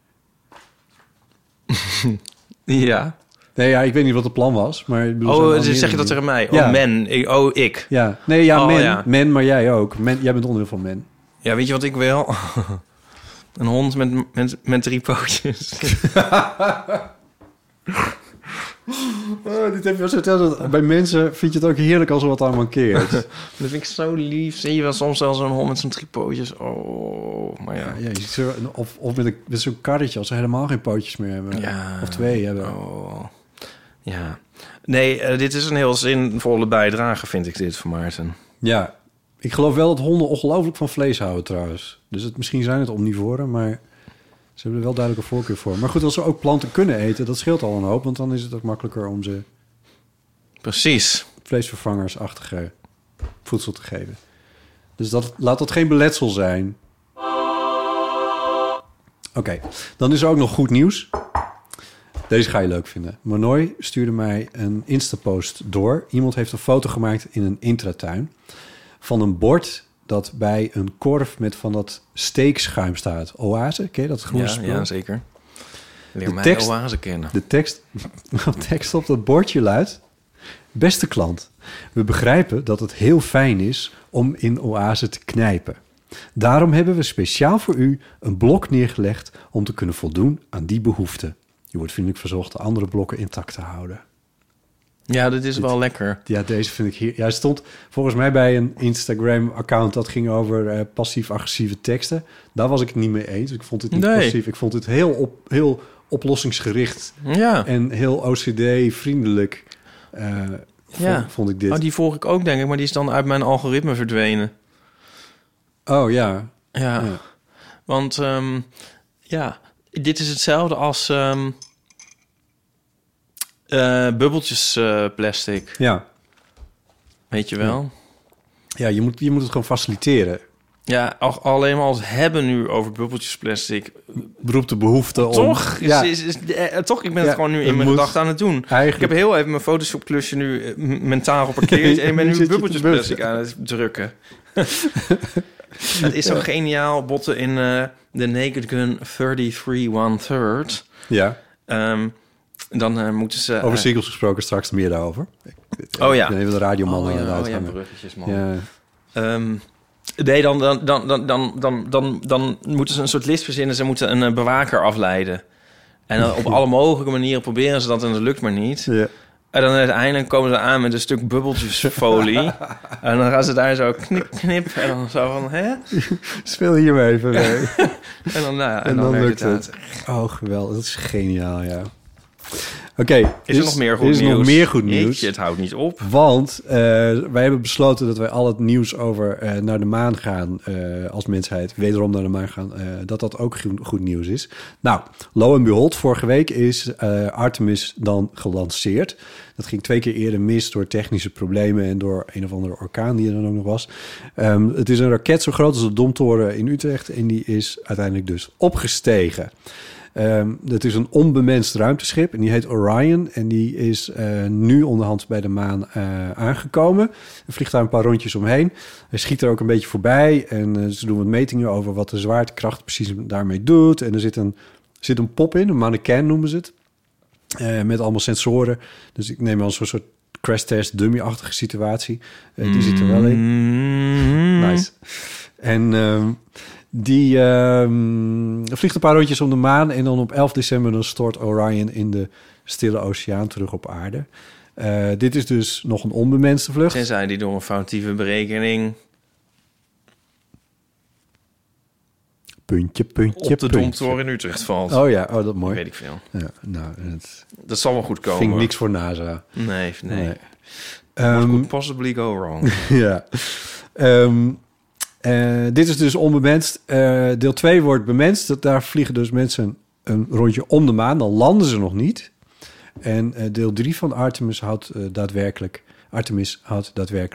Ja. Nee, ja, ik weet niet wat het plan was, maar... Ik bedoel, dus zeg je dat tegen mij? Ja. Oh, men. Ik. Ja. Nee, ja, men. Ja. Men, maar jij ook. Jij bent onderdeel van men. Ja, weet je wat ik wil? Een hond met 3 pootjes. Dit heb je wel zo verteld. Bij mensen vind je het ook heerlijk als er wat aan mankeert. Dat vind ik zo lief. Zie je wel soms zelfs een hond met zo'n 3 pootjes. Oh, maar ja. Ja, je ziet zo, of met zo'n karretje als ze helemaal geen pootjes meer hebben. Ja. Of 2 hebben. Oh. Ja. Nee, dit is een heel zinvolle bijdrage, vind ik dit, van Maarten. Ja. Ik geloof wel dat honden ongelooflijk van vlees houden trouwens. Dus misschien zijn het omnivoren, maar ze hebben er wel duidelijk een voorkeur voor. Maar goed, als ze ook planten kunnen eten, dat scheelt al een hoop. Want dan is het ook makkelijker om ze... Precies. Vleesvervangersachtige voedsel te geven. Dus laat dat geen beletsel zijn. Oké, dan is er ook nog goed nieuws. Deze ga je leuk vinden. Manoy stuurde mij een Insta-post door. Iemand heeft een foto gemaakt in een intratuin van een bord dat bij een korf met van dat steekschuim staat. Oase, ken je dat groene spul? Ja, zeker. Leer mij Oase kennen. De tekst op dat bordje luidt: beste klant, we begrijpen dat het heel fijn is om in Oase te knijpen. Daarom hebben we speciaal voor u een blok neergelegd om te kunnen voldoen aan die behoefte. Je wordt vriendelijk verzocht de andere blokken intact te houden. Ja, dit is wel lekker. Ja, deze vind ik hier... Ja, hij stond volgens mij bij een Instagram-account dat ging over passief-agressieve teksten. Daar was ik het niet mee eens. Ik vond het niet passief. Ik vond het heel oplossingsgericht. Ja. En heel OCD-vriendelijk. Vond ik dit. Oh, die volg ik ook, denk ik. Maar die is dan uit mijn algoritme verdwenen. Oh, ja. Ja. Want, dit is hetzelfde als... bubbeltjes plastic. Ja. Weet je wel? Ja, je moet het gewoon faciliteren. Ja, alleen maar als hebben nu over bubbeltjes plastic. Beroep de behoefte om... Toch? Toch, ik ben het gewoon nu in mijn gedachten aan het doen. Eigenlijk... Ik heb heel even mijn Photoshop-klusje nu mentaal geparkeerd... en ik ben nu bubbeltjes plastic aan het drukken. Het is zo geniaal, botten in de Naked Gun 33 1/3. Ja. Dan moeten ze... Over sequels gesproken, straks meer daarover. Oh ja. Ik ben even de radioman aan het uithangen. Ja, bruggetjes, man. Ja. Nee, dan moeten ze een soort list verzinnen. Ze moeten een bewaker afleiden. En dan op alle mogelijke manieren proberen ze dat en dat lukt maar niet. Ja. En dan uiteindelijk komen ze aan met een stuk bubbeltjesfolie. En dan gaan ze daar zo knip, knip. En dan zo van, hè? Speel hier maar even mee. en dan lukt het. Oh, geweldig. Dat is geniaal, ja. Oké. Is er nog meer goed nieuws? Er is nog meer goed nieuws. Jeetje, het houdt niet op. Want wij hebben besloten dat wij al het nieuws over naar de maan gaan... als mensheid wederom naar de maan gaan... dat ook goed nieuws is. Nou, lo en behold, vorige week is Artemis dan gelanceerd. Dat ging 2 keer eerder mis door technische problemen... en door een of andere orkaan die er dan ook nog was. Het is een raket zo groot als de Domtoren in Utrecht... en die is uiteindelijk dus opgestegen... Het is een onbemenst ruimteschip en die heet Orion. En die is nu onderhand bij de maan aangekomen. Er vliegt daar een paar rondjes omheen. Hij schiet er ook een beetje voorbij. En ze doen wat metingen over wat de zwaartekracht precies daarmee doet. En er zit een pop in, een mannequin noemen ze het. Met allemaal sensoren. Dus ik neem al zo'n soort crash test dummy-achtige situatie. Die zit er wel in. Nice. En... Die vliegt een paar rondjes om de maan... en dan op 11 december dan stort Orion in de Stille Oceaan terug op aarde. Dit is dus nog een onbemenste vlucht. Tenzij die door een foutieve berekening... Puntje. Op de Domtoren in Utrecht valt. Oh ja, dat is mooi. Dat weet ik veel. Ja, nou, dat zal wel goed komen. Vind ik niks voor NASA. Nee. What could possibly go wrong? Ja. Dit is dus onbemenst. Deel 2 wordt bemenst. Daar vliegen dus mensen een rondje om de maan. Dan landen ze nog niet. En deel 3 van Artemis houdt daadwerkelijk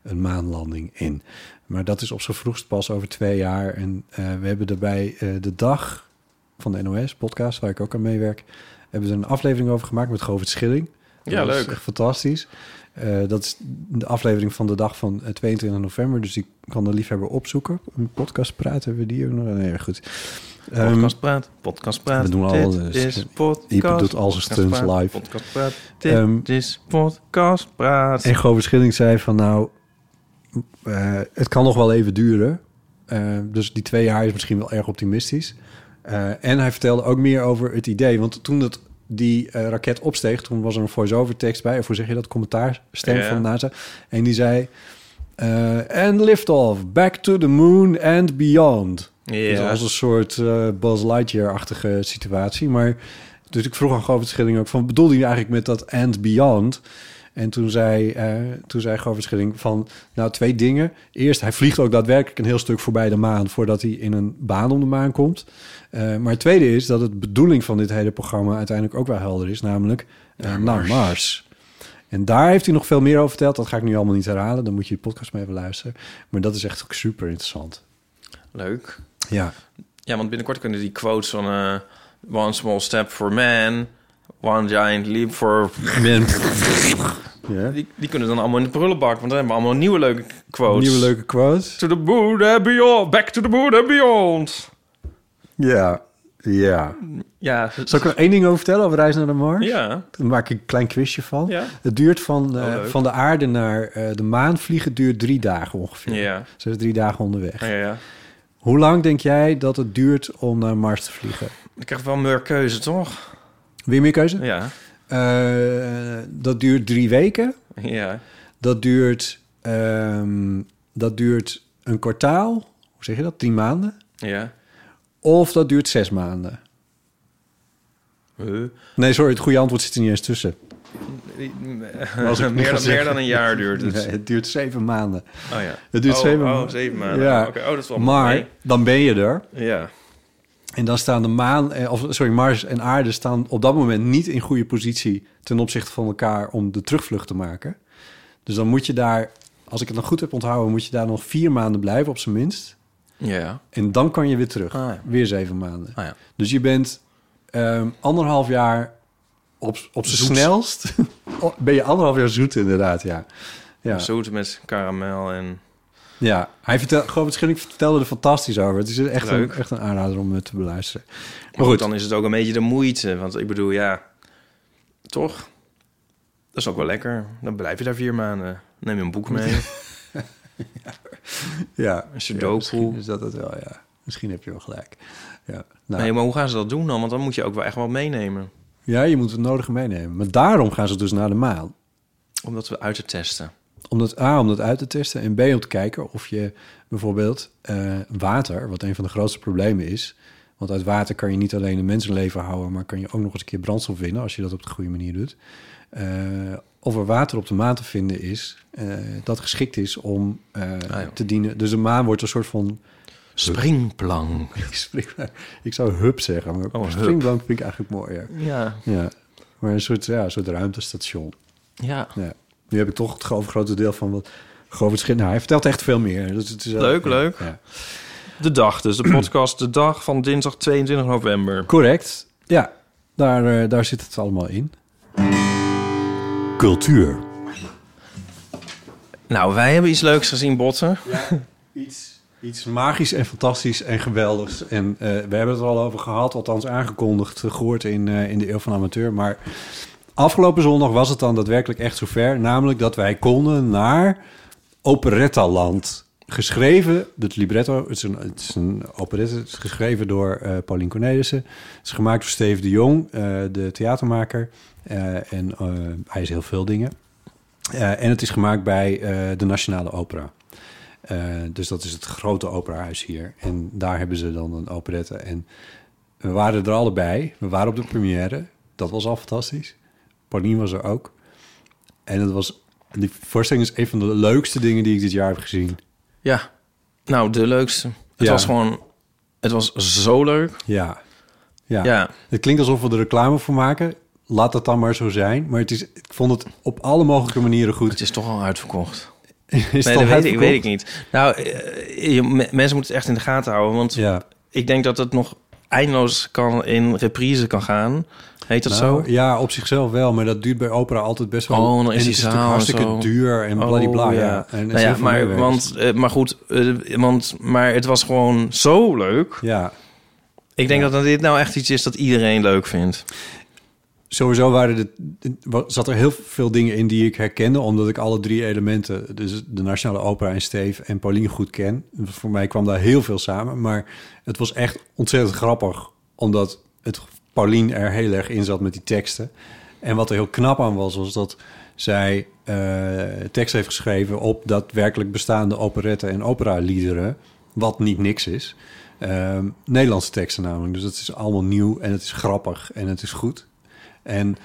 een maanlanding in. Maar dat is op z'n vroegst pas over 2 jaar. En we hebben daarbij de dag van de NOS-podcast, waar ik ook aan meewerk, hebben we er een aflevering over gemaakt met Govert Schilling. Ja, dat leuk. is echt fantastisch. Dat is de aflevering van de dag van 22 november. Dus die kan de liefhebber opzoeken. Een podcast praten, hebben we die ook nog? Nee, goed. Podcast praat. We doen alles. Dit is podcast. Ipe doet al zijn stunts live. Podcast praat. Dit is podcast praat. En Govert Schilling zei van nou, het kan nog wel even duren. Dus die 2 jaar is misschien wel erg optimistisch. En hij vertelde ook meer over het idee. Want toen die raket opsteeg, toen was er een voice-over tekst bij. Of hoe zeg je dat? Commentaarstem van NASA. En die zei... and lift off, back to the moon and beyond. Ja. Dus als een soort Buzz Lightyear-achtige situatie. Maar dus ik vroeg aan Govert Schilling ook van... bedoelde je eigenlijk met dat and beyond? En toen zei Govert Schilling van... nou, 2 dingen. Eerst, hij vliegt ook daadwerkelijk een heel stuk voorbij de maan... voordat hij in een baan om de maan komt. Maar het tweede is dat het bedoeling van dit hele programma... uiteindelijk ook wel helder is, namelijk naar Mars. En daar heeft hij nog veel meer over verteld. Dat ga ik nu allemaal niet herhalen. Dan moet je de podcast mee even luisteren. Maar dat is echt ook super interessant. Leuk. Ja. Ja, want binnenkort kunnen die quotes van... one small step for man, one giant leap for... Ja. Die kunnen dan allemaal in de prullenbak. Want dan hebben we allemaal nieuwe leuke quotes. Nieuwe leuke quotes. To the moon and beyond. Back to the moon and beyond. Ja. Ja. Zal ik er 1 ding over vertellen over Reis naar de Mars? Ja. Daar maak ik een klein quizje van. Ja. Het duurt van de aarde naar de maan vliegen duurt 3 dagen ongeveer. Ja. Ze zijn 3 dagen onderweg. Ja. Hoe lang denk jij dat het duurt om naar Mars te vliegen? Ik krijg wel meer keuze, toch? Weer meer keuze? Ja. Dat duurt 3 weken. Ja. Dat duurt een kwartaal. Hoe zeg je dat? 10 maanden. Ja. Of dat duurt 6 maanden. Nee, sorry, het goede antwoord zit er niet eens tussen. Meer dan een jaar duurt het. Nee, het duurt 7 maanden. Oh ja. Het duurt 7 maanden. 7 maanden. Ja. Okay. Dat is wel maar mee. dan ben je er. Ja. En dan staan de Mars en aarde staan op dat moment niet in goede positie ten opzichte van elkaar om de terugvlucht te maken. Dus dan moet je daar, als ik het nog goed heb onthouden, moet je daar nog 4 maanden blijven op zijn minst. Ja. En dan kan je weer terug. Ja. Weer 7 maanden. Ja. Dus je bent 1,5 jaar op zijn snelst. Ben je 1,5 jaar zoet inderdaad, ja. Zoet met karamel en... Ja, Govert Schilling vertelde er fantastisch over. Het is echt Leuk. een aanrader om te beluisteren. Maar goed, dan is het ook een beetje de moeite. Want ik bedoel, ja... Toch? Dat is ook wel lekker. Dan blijf je daar 4 maanden. Neem je een boek mee. Ja. Een sudoku. Misschien is dat het wel, ja. Misschien heb je wel gelijk. Ja, nou. Nee, maar hoe gaan ze dat doen dan? Want dan moet je ook wel echt wat meenemen. Ja, je moet het nodige meenemen. Maar daarom gaan ze dus naar de maan. Om dat uit te testen. Om dat uit te testen. En B, om te kijken of je bijvoorbeeld water, wat een van de grootste problemen is. Want uit water kan je niet alleen een mensenleven houden, maar kan je ook nog eens een keer brandstof winnen als je dat op de goede manier doet. Of er water op de maan te vinden is dat geschikt is om te dienen. Dus de maan wordt een soort van... Springplank. Ik zou hub zeggen, maar springplank vind ik eigenlijk mooier. Ja. Maar een soort ruimtestation. Ja. Nu heb ik toch het overgrote deel van wat Govert Schilling... Hij vertelt echt veel meer. Dus het is leuk. Ja. De dag dus, de podcast. De dag van dinsdag 22 november. Correct. Ja, daar zit het allemaal in. Cultuur. Nou, wij hebben iets leuks gezien, Botten. Ja, iets magisch en fantastisch en geweldigs. En we hebben het er al over gehad, althans aangekondigd, gehoord in de Eeuw van Amateur. Maar afgelopen zondag was het dan daadwerkelijk echt zover. Namelijk dat wij konden naar Operettaland. Geschreven, het libretto, het is een operette, het is geschreven door Paulien Cornelissen. Het is gemaakt door Steven de Jong, de theatermaker. En hij is heel veel dingen. En het is gemaakt bij de Nationale Opera. Dus dat is het grote operahuis hier. En daar hebben ze dan een operette. En we waren er allebei. We waren op de première. Dat was al fantastisch. Paulien was er ook. En die voorstelling is een van de leukste dingen die ik dit jaar heb gezien. Ja, nou, de leukste. Het was zo leuk. Ja. Het klinkt alsof we er reclame voor maken. Laat dat dan maar zo zijn. Maar ik vond het op alle mogelijke manieren goed. Het is toch al uitverkocht. Dat weet ik niet. Nou, mensen moeten het echt in de gaten houden. Want ik denk dat het nog eindeloos in reprise kan gaan. Heet dat zo? Ja, op zichzelf wel. Maar dat duurt bij opera altijd best wel. Dan is die zaal hartstikke duur en bladibla. Ja. En maar het was gewoon zo leuk. Ja. Ik denk dat dit nou echt iets is dat iedereen leuk vindt. Sowieso zat er heel veel dingen in die ik herkende, omdat ik alle 3 elementen, dus de Nationale Opera en Steve en Pauline goed ken. Voor mij kwam daar heel veel samen, maar het was echt ontzettend grappig, omdat Pauline er heel erg in zat met die teksten. En wat er heel knap aan was dat zij tekst heeft geschreven op daadwerkelijk bestaande operetten en operaliederen, wat niet niks is. Nederlandse teksten namelijk, dus dat is allemaal nieuw en het is grappig en het is goed. En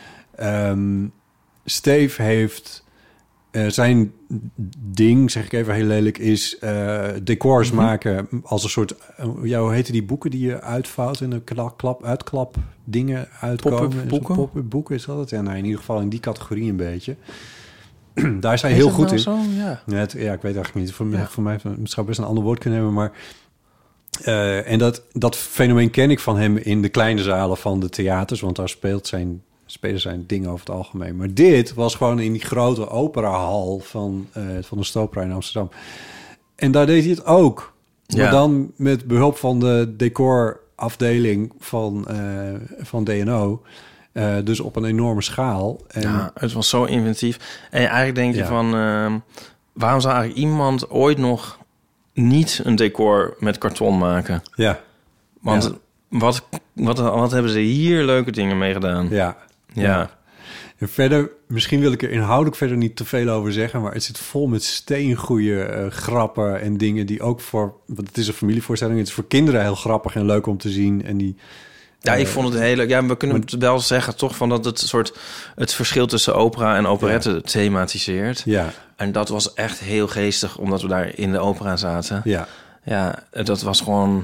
Steve heeft zijn ding, zeg ik even heel lelijk, is decors maken als een soort... hoe heette die boeken die je uitvouwt en een uitklap dingen uitkomen? Pop-up boeken is dat het? Ja, nou, in ieder geval in die categorie een beetje. Daar is hij heel goed in. Zo? Ja. Ja, ik weet eigenlijk niet. Voor mij zou best een ander woord kunnen hebben, maar... en dat fenomeen ken ik van hem in de kleine zalen van de theaters, want daar spelen zijn dingen over het algemeen. Maar dit was gewoon in die grote operahal van de Stopera in Amsterdam. En daar deed hij het ook. Ja. Maar dan met behulp van de decorafdeling van DNO. Dus op een enorme schaal. En ja, het was zo inventief. En eigenlijk denk je van... waarom zou eigenlijk iemand ooit nog niet een decor met karton maken? Ja. Want wat hebben ze hier leuke dingen mee gedaan? Ja. En verder, misschien wil ik er inhoudelijk verder niet te veel over zeggen, maar het zit vol met steengoeie grappen en dingen die ook want het is een familievoorstelling, het is voor kinderen heel grappig en leuk om te zien. En die... Ja, ik vond het heel leuk. Ja, we kunnen het wel zeggen toch van dat het verschil tussen opera en operette thematiseert. Ja. En dat was echt heel geestig, omdat we daar in de opera zaten. Ja. Ja, dat was gewoon...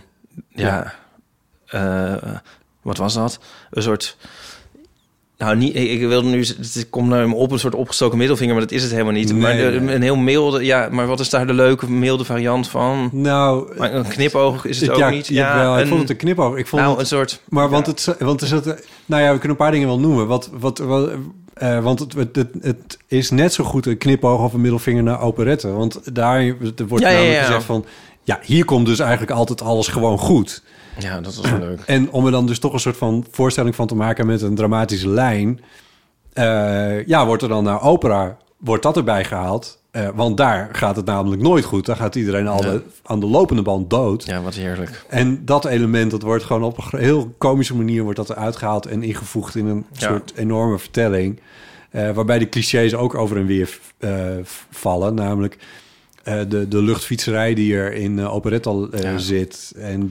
wat was dat? Een soort... Nou, niet, ik wilde nu... Het komt naar me op een soort opgestoken middelvinger, maar dat is het helemaal niet. Nee, maar een heel milde... Ja, maar wat is daar de leuke, milde variant van? Nou... Maar een knipoog is het ook niet? Ja, ik vond het een knipoog. Ik vond een soort... Maar want er zat... Nou ja, we kunnen een paar dingen wel noemen. Want het is net zo goed een knipoog of een middelvinger naar operette. Want daar wordt namelijk gezegd van... Ja, hier komt dus eigenlijk altijd alles gewoon goed. Ja, dat was wel leuk. En om er dan dus toch een soort van voorstelling van te maken met een dramatische lijn... wordt er dan naar opera, wordt dat erbij gehaald. Want daar gaat het namelijk nooit goed. Daar gaat iedereen aan de lopende band dood. Ja, wat heerlijk. En dat element, dat wordt gewoon op een heel komische manier... wordt dat eruit gehaald en ingevoegd in een soort enorme vertelling. Waarbij de clichés ook over en weer vallen. Namelijk de luchtfietserij die er in operette al zit. En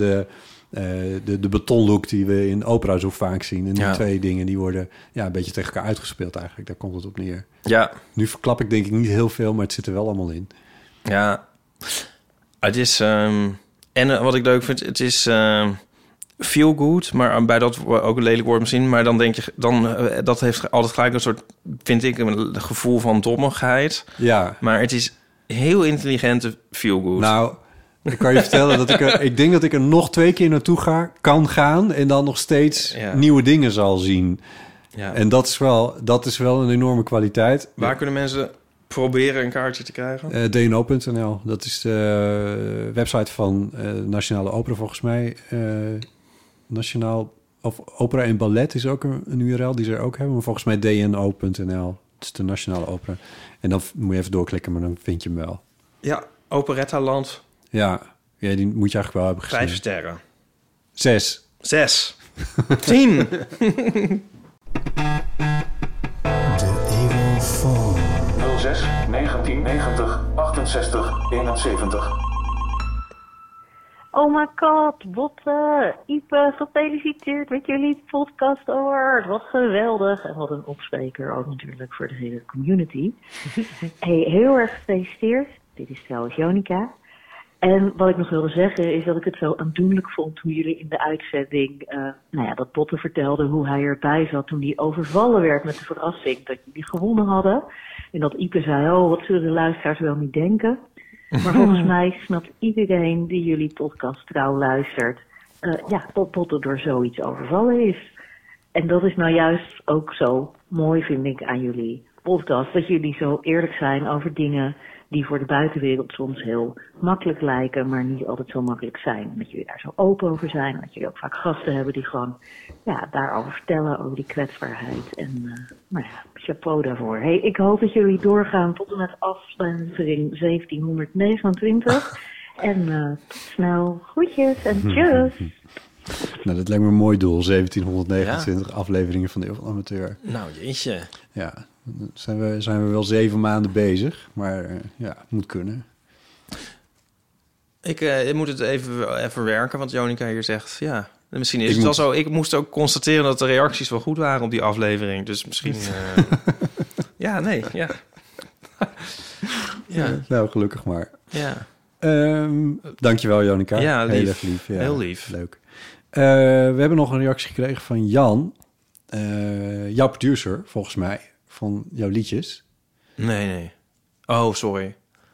de betonlook die we in opera zo vaak zien. En die twee dingen die worden een beetje tegen elkaar uitgespeeld eigenlijk. Daar komt het op neer. Ja. Nu verklap ik denk ik niet heel veel, maar het zit er wel allemaal in. Ja. Het is... en wat ik leuk vind, het is... feel good, maar bij dat ook een lelijk woord misschien. Maar dan denk je... dat heeft altijd gelijk een soort... vind ik een gevoel van dommigheid. Ja. Maar het is heel intelligente feel good. Nou... Ik kan je vertellen dat ik denk dat ik er nog 2 keer naartoe kan gaan... en dan nog steeds nieuwe dingen zal zien. Ja. En dat is wel een enorme kwaliteit. Waar kunnen mensen proberen een kaartje te krijgen? DNO.nl. Dat is de website van Nationale Opera volgens mij. Nationaal... Of Opera en Ballet is ook een URL die ze er ook hebben. Maar volgens mij DNO.nl. Dat is de Nationale Opera. En dan moet je even doorklikken, maar dan vind je hem wel. Ja, Operettaland... Ja, die moet je eigenlijk wel hebben gezien. 5 sterren. 6. 6. 10. De Eeuw van 06 1990 68 71. Oh my god, Botte, Ipe, gefeliciteerd met jullie podcast award. Wat geweldig. En wat een opspreker ook natuurlijk voor de hele community. Hey, heel erg gefeliciteerd. Dit is trouwens Jonica. En wat ik nog wilde zeggen is dat ik het zo aandoenlijk vond toen jullie in de uitzending, dat Botte vertelde hoe hij erbij zat toen hij overvallen werd met de verrassing dat jullie gewonnen hadden. En dat Ipe zei, wat zullen de luisteraars wel niet denken? Maar volgens mij snapt iedereen die jullie podcast trouw luistert, dat Botte door zoiets overvallen is. En dat is nou juist ook zo mooi, vind ik, aan jullie podcast. Dat jullie zo eerlijk zijn over dingen die voor de buitenwereld soms heel makkelijk lijken, maar niet altijd zo makkelijk zijn. Dat jullie daar zo open over zijn. En dat jullie ook vaak gasten hebben die gewoon daarover vertellen, over die kwetsbaarheid. En chapeau daarvoor. Hey, ik hoop dat jullie doorgaan tot en met aflevering 1729. En tot snel. Groetjes en tjus. Nou, dat lijkt me een mooi doel. 1729 afleveringen van de Eeuw van de Amateur. Nou, jeetje. Ja, zijn we wel 7 maanden bezig. Maar moet kunnen. Ik moet het even werken, want Jonica hier zegt... Ja, misschien is het wel zo. Ik moest ook constateren dat de reacties wel goed waren op die aflevering. Dus misschien... ja. Nou, gelukkig maar. Ja. Dankjewel, Jonica. Ja, heel erg lief. Ja, heel lief. Leuk. We hebben nog een reactie gekregen van Jan. Jouw producer, volgens mij, van jouw liedjes. Nee. Oh, sorry.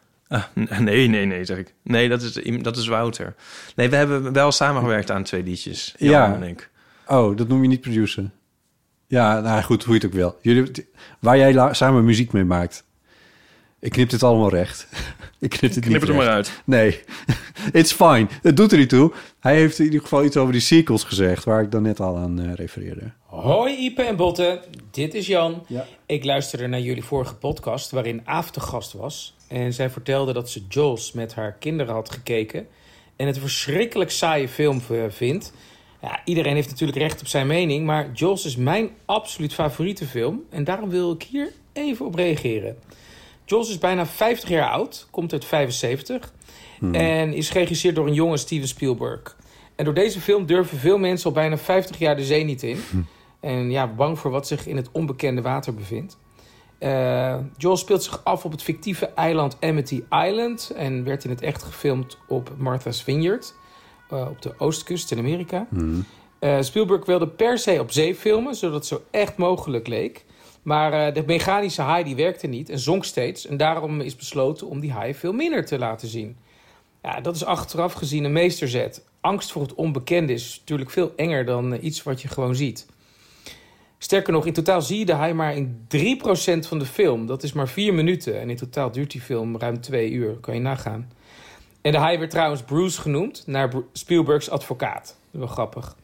Nee, zeg ik. Nee, dat is Wouter. Nee, we hebben wel samengewerkt aan 2 liedjes. Jan en ik. Oh, dat noem je niet producer. Ja, nou goed, hoe je het ook wil. Waar jij samen muziek mee maakt. Ik knip dit allemaal recht. Ik knip het er maar uit. Nee, it's fine. Het doet er niet toe. Hij heeft in ieder geval iets over die sequels gezegd, waar ik dan net al aan refereerde. Hoi Ipe en Botte, dit is Jan. Ja. Ik luisterde naar jullie vorige podcast waarin Aaf te gast was. En zij vertelde dat ze Jaws met haar kinderen had gekeken en het een verschrikkelijk saaie film vindt. Ja, iedereen heeft natuurlijk recht op zijn mening, maar Jaws is mijn absoluut favoriete film. En daarom wil ik hier even op reageren. Jaws is bijna 50 jaar oud, komt uit 75... en is geregisseerd door een jonge Steven Spielberg. En door deze film durven veel mensen al bijna 50 jaar de zee niet in. En bang voor wat zich in het onbekende water bevindt. Jaws speelt zich af op het fictieve eiland Amity Island en werd in het echt gefilmd op Martha's Vineyard, op de oostkust in Amerika. Spielberg wilde per se op zee filmen, zodat het zo echt mogelijk leek. Maar de mechanische haai die werkte niet en zonk steeds. En daarom is besloten om die haai veel minder te laten zien. Ja, dat is achteraf gezien een meesterzet. Angst voor het onbekende is natuurlijk veel enger dan iets wat je gewoon ziet. Sterker nog, in totaal zie je de haai maar in 3% van de film. Dat is maar 4 minuten. En in totaal duurt die film ruim 2 uur. Kan je nagaan. En de haai werd trouwens Bruce genoemd, naar Spielbergs advocaat. Wel grappig.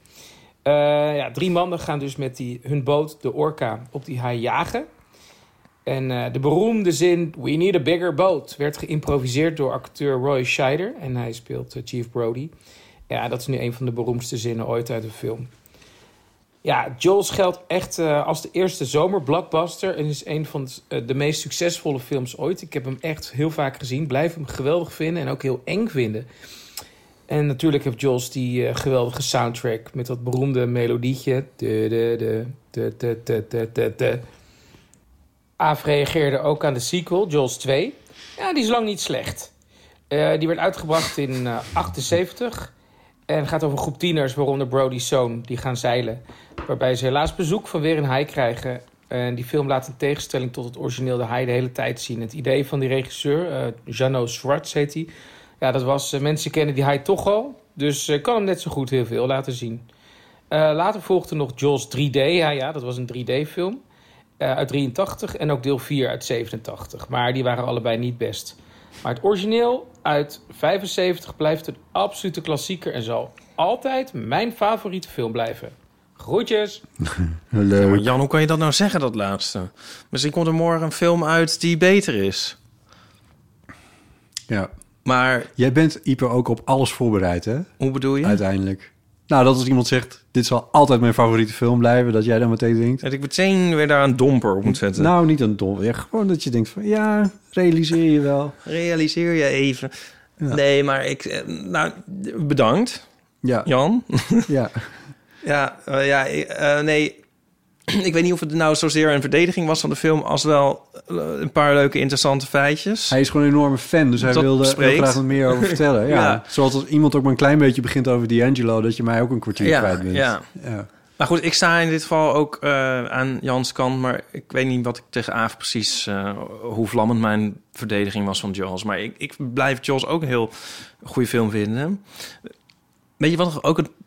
3 mannen gaan dus met hun boot, de Orca, op die haai jagen. En de beroemde zin, we need a bigger boat, werd geïmproviseerd door acteur Roy Scheider. En hij speelt Chief Brody. Ja, dat is nu een van de beroemdste zinnen ooit uit een film. Ja, Jaws geldt echt als de eerste zomerblockbuster en is een van de meest succesvolle films ooit. Ik heb hem echt heel vaak gezien, blijf hem geweldig vinden en ook heel eng vinden. En natuurlijk heeft Jaws die geweldige soundtrack met dat beroemde melodietje. Aaf reageerde ook aan de sequel, Jaws 2. Ja, die is lang niet slecht. Die werd uitgebracht in 78 en gaat over een groep tieners, waaronder Brody's zoon, die gaan zeilen. Waarbij ze helaas bezoek van weer een haai krijgen. En die film laat in tegenstelling tot het origineel de haai de hele tijd zien. Het idee van die regisseur, Janos Schwartz heet hij. Ja, dat was, mensen kennen die haai toch al. Dus kan hem net zo goed heel veel laten zien. Later volgde nog Jaws 3D. Ja, dat was een 3D-film. Uit 83 en ook deel 4 uit 87. Maar die waren allebei niet best. Maar het origineel uit 75 blijft een absolute klassieker en zal altijd mijn favoriete film blijven. Groetjes! Ja, maar Jan, hoe kan je dat nou zeggen, dat laatste? Misschien komt er morgen een film uit die beter is. Ja. Maar jij bent, Ipe, ook op alles voorbereid, hè? Hoe bedoel je? Uiteindelijk. Nou, dat als iemand zegt, dit zal altijd mijn favoriete film blijven, dat jij dan meteen denkt... Dat ik meteen weer daar een domper op moet zetten. Nou, niet een domper. Ja, gewoon dat je denkt van, ja, realiseer je wel. Realiseer je even. Ja. Nee, maar ik... nou, bedankt. Ja. Jan. Ja. Nee. Ik weet niet of het nou zozeer een verdediging was van de film, als wel een paar leuke, interessante feitjes. Hij is gewoon een enorme fan, dus hij Dat wilde spreekt. heel graag wat meer over vertellen. Ja. Ja. Zoals als iemand ook maar een klein beetje begint over D'Angelo, dat je mij ook een kwartier kwijt bent. Ja. Maar goed, ik sta in dit geval ook aan Jans kant, maar ik weet niet wat ik tegen Aaf precies, hoe vlammend mijn verdediging was van Jaws. Maar ik blijf Jaws ook een heel goede film vinden. Weet je wat ook een...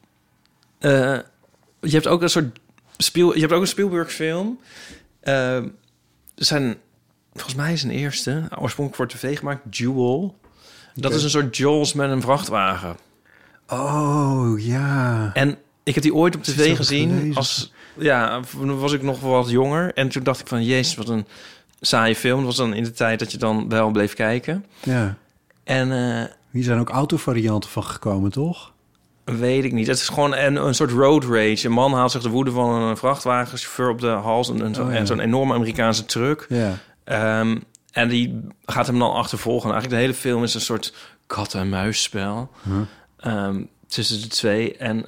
je hebt ook een soort... Je hebt ook een Spielberg-film. Er zijn... Volgens mij is een eerste, oorspronkelijk voor tv gemaakt, Jewel. Dat is een soort Jaws met een vrachtwagen. Oh, ja. En ik heb die ooit op tv gezien. gelezen. Toen was ik nog wat jonger. En toen dacht ik van, jezus, wat een saaie film. Dat was dan in de tijd dat je dan wel bleef kijken. Ja. En Hier zijn ook autovarianten van gekomen, toch? weet ik niet. Het is gewoon een soort road rage. Een man haalt zich de woede van een vrachtwagenchauffeur op de hals. En zo'n enorme Amerikaanse truck. Ja. En die gaat hem dan achtervolgen. En eigenlijk de hele film is een soort kat-en-muisspel. Tussen de twee. En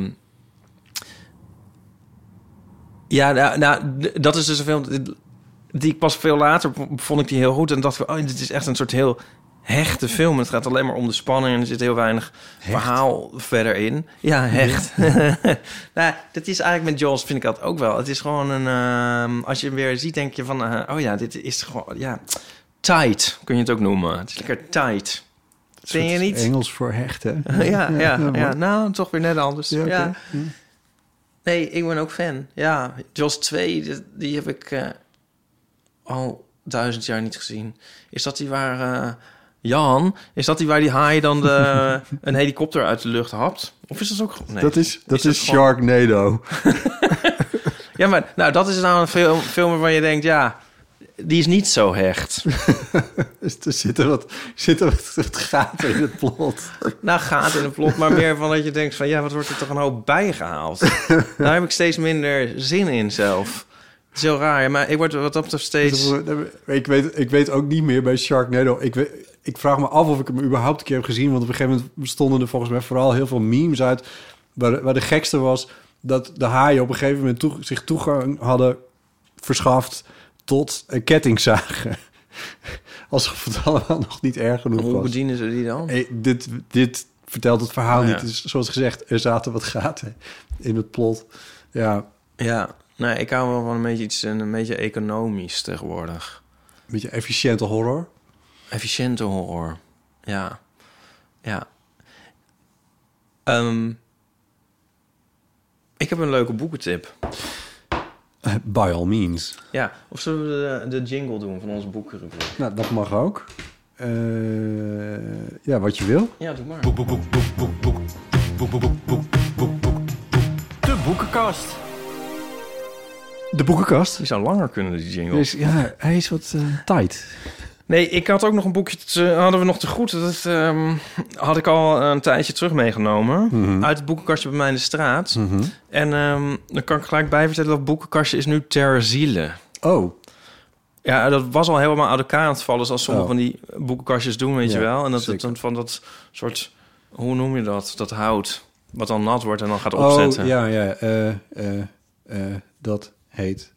dat is dus een film die ik pas veel later vond ik die heel goed. En dacht van, dit is echt een soort heel hechte film. Het gaat alleen maar om de spanning en er zit heel weinig verhaal verder in. Ja, hecht. Dat is eigenlijk met Jaws, vind ik dat ook wel. Het is gewoon een... als je hem weer ziet, denk je van... dit is gewoon... Ja, tight kun je het ook noemen. Het is lekker tight. Vind je niet? Engels voor hecht, hè? Ja. Nou, toch weer net anders. Ja, okay. Ja. Nee, ik ben ook fan. Ja, Jaws 2, die heb ik al 1000 jaar niet gezien. Is dat die waar... Jan, is dat die waar die haai dan een helikopter uit de lucht hapt? Of is dat ook... Nee, dat is Sharknado. Ja, maar nou, dat is nou een film waarvan je denkt... Ja, die is niet zo hecht. Er zitten wat gaten in het plot. Nou, gaten in het plot, maar meer van dat je denkt van... Ja, wat wordt er toch een hoop bijgehaald? Daar heb ik steeds minder zin in zelf. Het is heel raar, maar ik word wat dat betreft steeds... Ik weet ook niet meer bij Sharknado. Ik vraag me af of ik hem überhaupt een keer heb gezien. Want op een gegeven moment stonden er volgens mij vooral heel veel memes uit... waar de gekste was dat de haaien op een gegeven moment zich toegang hadden verschaft... tot een kettingzagen. Alsof het allemaal nog niet erg genoeg was. Hoe bedienen ze die dan? Dit vertelt het verhaal niet. Dus, zoals gezegd, er zaten wat gaten in het plot. Ja. Ja, nee, ik hou wel van een beetje economisch tegenwoordig. Een beetje efficiënte horror. Efficiënte horror, ja. Ik heb een leuke boekentip. By all means. Ja, of zullen we de jingle doen van onze boekenrubriek? Nou, dat mag ook. Ja, wat je wil. Ja, doe maar. De boekenkast. De boekenkast. Die zou langer kunnen, die jingle. Ja, hij is wat tight. Nee, ik had ook nog een boekje, hadden we nog te goed. Dat had ik al een tijdje terug meegenomen. Mm-hmm. Uit het boekenkastje bij mij in de straat. Mm-hmm. En dan kan ik gelijk bij vertellen dat het boekenkastje is nu ter ziele. Oh. Ja, dat was al helemaal uit elkaar aan het vallen, zoals sommige van die boekenkastjes doen, weet je wel. En dat dan van dat soort, hoe noem je dat? Dat hout, wat dan nat wordt en dan gaat opzetten. Oh, ja. Dat heet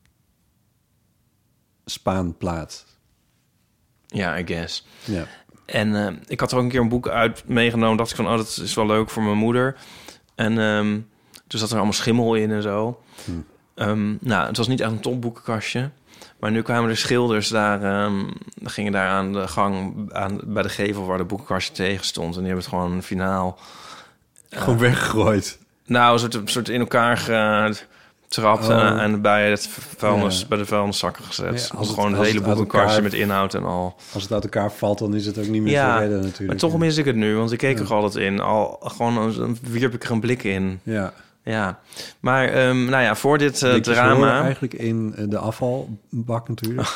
spaanplaat. Ja, I guess. Ja. En ik had er ook een keer een boek uit meegenomen. Dacht ik van, dat is wel leuk voor mijn moeder. En toen zat er allemaal schimmel in en zo. Nou, het was niet echt een topboekenkastje. Maar nu kwamen de schilders daar... gingen daar aan de gang bij de gevel waar de boekenkastje tegen stond. En die hebben het gewoon finaal... gewoon weggegooid. Nou, een soort in elkaar getrapt en bij het vuilnis, bij de vuilniszakken gezet. Ja, gewoon het hele boekenkastje met inhoud en al. Als het uit elkaar valt, dan is het ook niet meer te redden natuurlijk. Maar toch mis ik het nu, want ik keek er altijd in. Gewoon wierp ik er een blik in. Ja. Maar voor dit drama... eigenlijk in de afvalbak natuurlijk.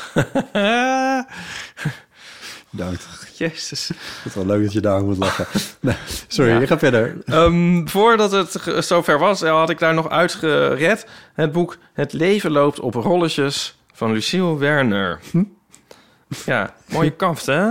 Bedankt. Jezus. Het is wel leuk dat je daar moet lachen. Nee, sorry, je gaat verder. Voordat het zover was, had ik daar nog uitgered. Het boek Het leven loopt op rolletjes van Lucille Werner. Ja, mooie kaft, hè?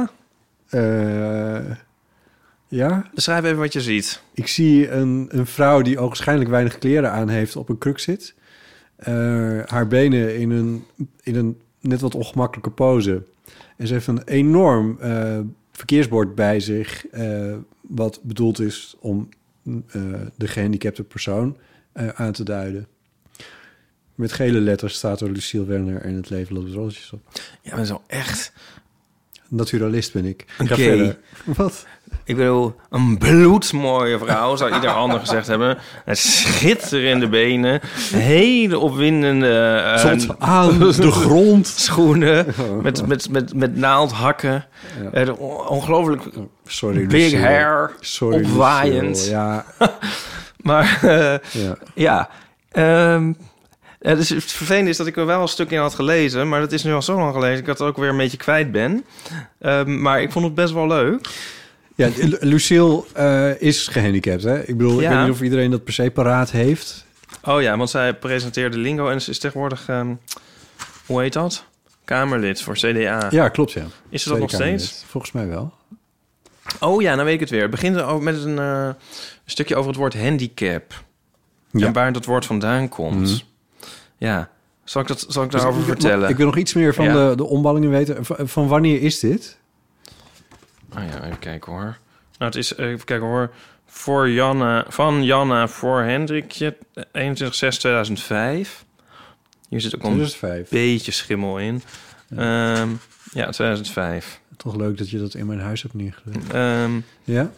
Ja? Beschrijf even wat je ziet. Ik zie een vrouw die ogenschijnlijk weinig kleren aan heeft op een kruk zit. Haar benen in een net wat ongemakkelijke pose. En ze heeft een enorm verkeersbord bij zich... wat bedoeld is om de gehandicapte persoon aan te duiden. Met gele letters staat er Lucille Werner en het leven loopt roosjes op. Ja, dat is wel echt... Naturalist ben ik. Oké. Ga verder. Wat? Ik bedoel, een bloedmooie vrouw, zou ieder ander gezegd hebben. Een schitterende benen, hele opwindende... Tot aan de grond. Schoenen, met naaldhakken. Ja. Ongelooflijk Sorry, big Lucille. hair, Sorry, opwaaiend. Lucille. Ja. Maar Ja. Dus het vervelende is dat ik er wel een stuk in had gelezen... maar dat is nu al zo lang gelezen... ik had het ook weer een beetje kwijt ben. Maar ik vond het best wel leuk. Ja, Lucille is gehandicapt, hè? Ik bedoel, ik weet niet of iedereen dat per se paraat heeft. Oh ja, want zij presenteerde Lingo... en ze is tegenwoordig, hoe heet dat? Kamerlid voor CDA. Ja, klopt, ja. Is ze dat nog steeds? Volgens mij wel. Oh ja, nou weet ik het weer. Het begint ook met een stukje over het woord handicap. Ja. En waar dat woord vandaan komt. Ja, zal ik daarover vertellen? Ik wil nog iets meer van de omballingen weten. Van wanneer is dit? Oh ja, even kijken hoor. Nou, het is, even kijken hoor. Van Janna voor Hendrikje, 21/6/2005. Hier zit ook al een beetje schimmel in. Ja, 2005. Toch leuk dat je dat in mijn huis hebt neergelegd. Ja?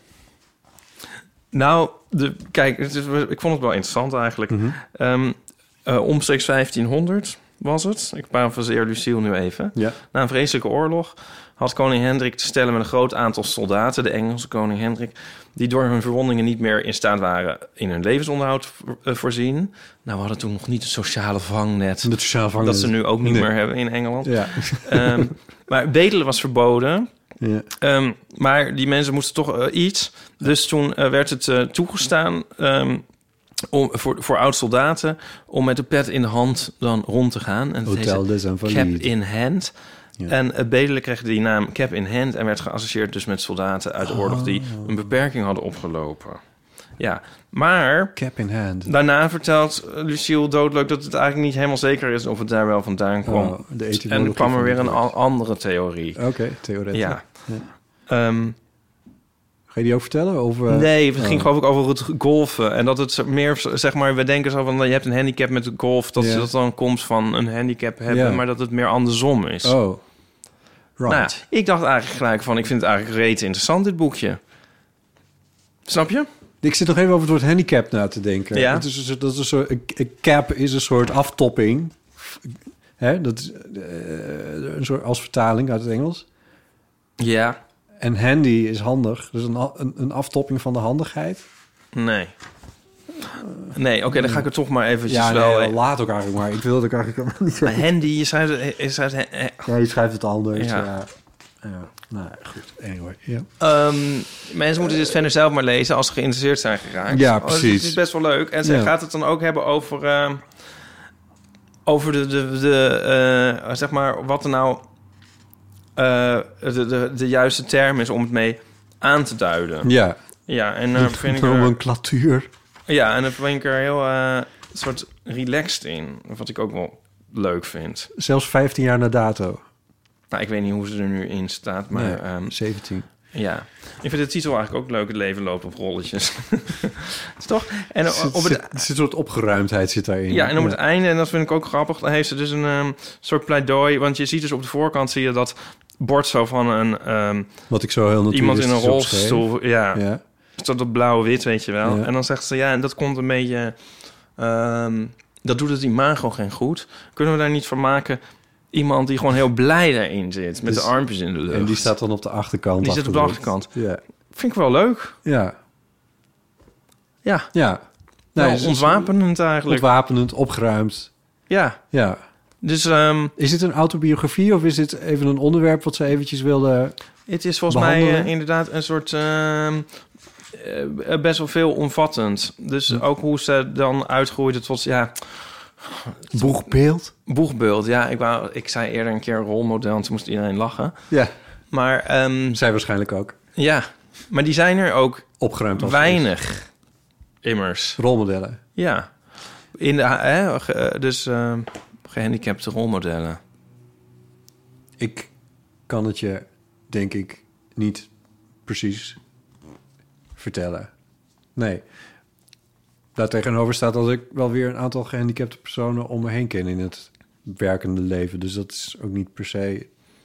Nou, kijk, ik vond het wel interessant eigenlijk. Omstreeks 1500 was het. Ik parafraseer Lucille nu even. Ja. Na een vreselijke oorlog had koning Hendrik te stellen met een groot aantal soldaten, de Engelse koning Hendrik, die door hun verwondingen niet meer in staat waren in hun levensonderhoud voorzien. Nou, we hadden toen nog niet het sociale vangnet. Het sociale vangnet. Dat ze nu ook niet meer hebben in Engeland. Ja. Maar bedelen was verboden. Ja. Maar die mensen moesten toch iets. Dus toen werd het toegestaan voor oud-soldaten om met de pet in de hand dan rond te gaan. En Hotel des Invalides. Cap in hand. Ja. En het bedelen kreeg die naam Cap in hand en werd geassocieerd dus met soldaten uit de oorlog die een beperking hadden opgelopen. Ja, maar Cap in hand. Daarna vertelt Lucille doodleuk dat het eigenlijk niet helemaal zeker is of het daar wel vandaan kwam. En er kwam er weer een andere theorie. Oké, theoretisch. Ja. Ga je die ook vertellen? Of, nee, het ging geloof ik over het golfen. En dat het meer, zeg maar, we denken zo van, je hebt een handicap met de golf. Dat dat dan komt van een handicap hebben, maar dat het meer andersom is. Oh, right. Nou, ik dacht eigenlijk gelijk van, ik vind het eigenlijk reet interessant, dit boekje. Snap je? Ik zit nog even over het woord handicap na te denken. Ja. Het is, dat is een soort, een cap is een soort aftopping. Hè? Dat is een soort als vertaling uit het Engels. Ja. En handy is handig. Dus een aftopping van de handigheid. Nee, oké, dan ga ik het toch maar eventjes laat ook eigenlijk maar. Ik wil het ook eigenlijk helemaal niet zeggen. Handy, je schrijft ja, je schrijft het anders. Ja. Nou, goed. Anyway, mensen moeten dit verder zelf maar lezen als ze geïnteresseerd zijn geraakt. Ja, precies. Het is best wel leuk. En ze gaat het dan ook hebben over de zeg maar, wat er nou de juiste term is om het mee aan te duiden. Ja. Ja, en vind ik een klatuur. Ja, en dan vind ik er heel soort relaxed in. Wat ik ook wel leuk vind. Zelfs 15 jaar na dato. Nou, ik weet niet hoe ze er nu in staat, maar... 17. Ja. Ik vind de titel eigenlijk ook leuk. Het leven loopt op rolletjes. Toch? En er zit een soort opgeruimdheid zit daarin. Ja, en op het einde, en dat vind ik ook grappig, dan heeft ze dus een soort pleidooi. Want je ziet dus op de voorkant, zie je dat bord zo van een... wat ik zo heel natuurlijk iemand in een rolstoel. Ja. Dat op blauw-wit, weet je wel. Ja. En dan zegt ze, ja, en dat komt een beetje... dat doet het imago geen goed. Kunnen we daar niet van maken... Iemand die gewoon heel blij daarin zit. Met de armpjes in de lucht. En die staat dan op de achterkant. Die zit op de achterkant. Ja. Vind ik wel leuk. Ja. Ja. Ja. Nou, ontwapenend eigenlijk. Ontwapenend, opgeruimd. Ja. Ja. Dus, is dit een autobiografie of is dit even een onderwerp wat ze eventjes wilde Het is volgens mij inderdaad een soort... best wel veel omvattend. Dus ook hoe ze dan uitgroeide tot... Ja, Boegbeeld, ja. Ik zei eerder een keer een rolmodel... en toen moest iedereen lachen. Ja. Maar... zij waarschijnlijk ook. Ja, maar die zijn er ook... Opgeruimd. Weinig. Immers. Rolmodellen. Ja. Dus gehandicapte rolmodellen. Ik kan het je, denk ik, niet precies vertellen. Nee. Daar tegenover staat dat ik wel weer een aantal gehandicapte personen om me heen ken in het werkende leven. Dus dat is ook niet per se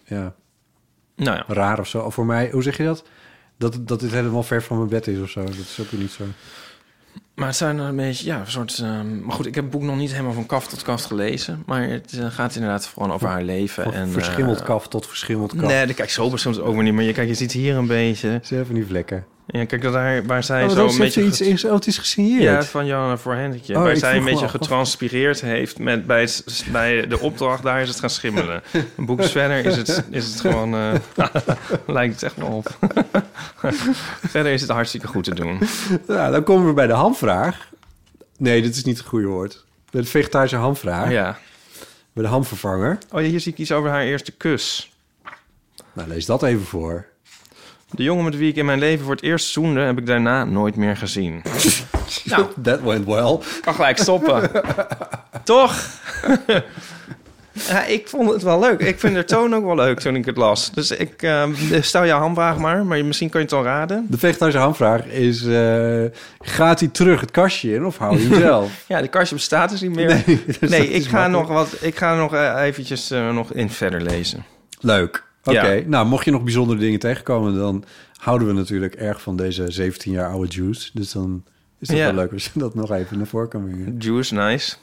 raar of zo. Of voor mij, hoe zeg je dat? Dat dit helemaal ver van mijn bed is of zo. Dat is ook weer niet zo. Maar het zijn een beetje, een soort... maar goed, ik heb het boek nog niet helemaal van kaft tot kaft gelezen. Maar het gaat inderdaad gewoon over haar leven. Van verschimmeld kaft tot verschimmeld kaft. Nee, kijk, zo beschermd ook niet. Maar je ziet hier een beetje... Ze hebben die vlekken. Ja, kijk, daar waar zij zo een beetje... het is gesigneerd. Ja, van Johanna voor Hendrikje. Waar zij een beetje getranspireerd heeft bij de opdracht, daar is het gaan schimmelen. Een boek verder is het gewoon... lijkt het echt wel op. Verder is het hartstikke goed te doen. Nou, dan komen we bij de hamvraag. Nee, dit is niet het goede woord. Bij de vegetarische hamvraag. Ja. Bij de hamvervanger. Oh ja, hier zie ik iets over haar eerste kus. Nou, lees dat even voor. De jongen met wie ik in mijn leven voor het eerst zoende, heb ik daarna nooit meer gezien. Nou, that went well. Kan gelijk stoppen. Toch? Ja, ik vond het wel leuk. Ik vind de toon ook wel leuk toen ik het las. Dus ik stel jouw hamvraag maar misschien kan je het al raden. De vegetarische hamvraag is... gaat hij terug het kastje in of hou je hem zelf? Ja, de kastje bestaat dus niet meer. Nee, ik ga nog eventjes nog in verder lezen. Leuk. Oké, nou, mocht je nog bijzondere dingen tegenkomen... dan houden we natuurlijk erg van deze 17 jaar oude Juice. Dus dan is het wel leuk als je dat nog even naar voren kan brengen. Juice, nice.